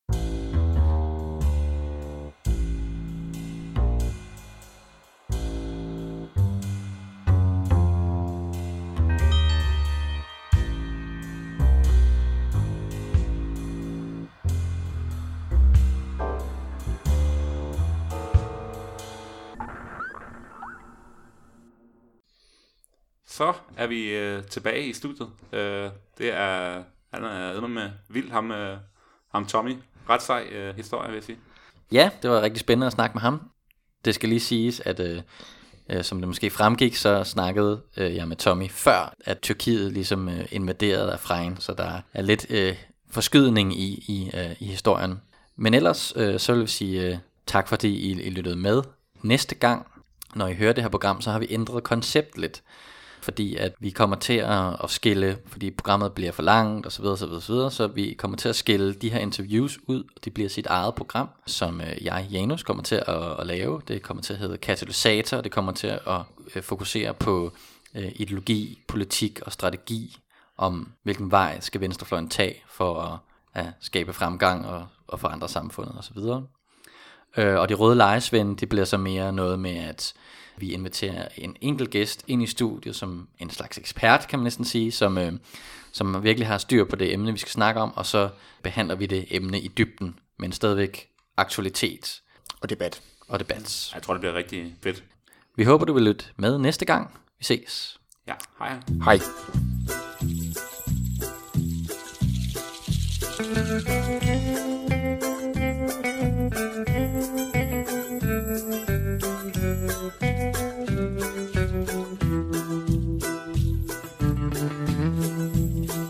Så er vi tilbage i studiet. Han er med vild, ham Tommy. Ret sej historie, vil jeg sige. Ja, det var rigtig spændende at snakke med ham. Det skal lige siges, at som det måske fremgik, så snakkede jeg med Tommy før, at Tyrkiet ligesom invaderede Afrin, så der er lidt forskydning i historien. Men ellers så vil jeg sige tak, fordi I lyttede med. Næste gang, når I hører det her program, så har vi ændret koncept lidt. fordi at vi kommer til at skille, fordi programmet bliver for langt osv., så vi kommer til at skille de her interviews ud, og det bliver sit eget program, som Janus, kommer til at lave. Det kommer til at hedde Katalysator, og det kommer til at fokusere på ideologi, politik og strategi, om hvilken vej skal venstrefløjen tage for at skabe fremgang og forandre samfundet osv. Og det røde lejesvend, det bliver så mere noget med, at vi inviterer en enkelt gæst ind i studiet som en slags ekspert, kan man næsten sige, som virkelig har styr på det emne, vi skal snakke om, og så behandler vi det emne i dybden, men stadigvæk aktualitet. Og debat. Jeg tror, det bliver rigtig fedt. Vi håber, du vil lytte med næste gang. Vi ses. Ja, hej. Hej.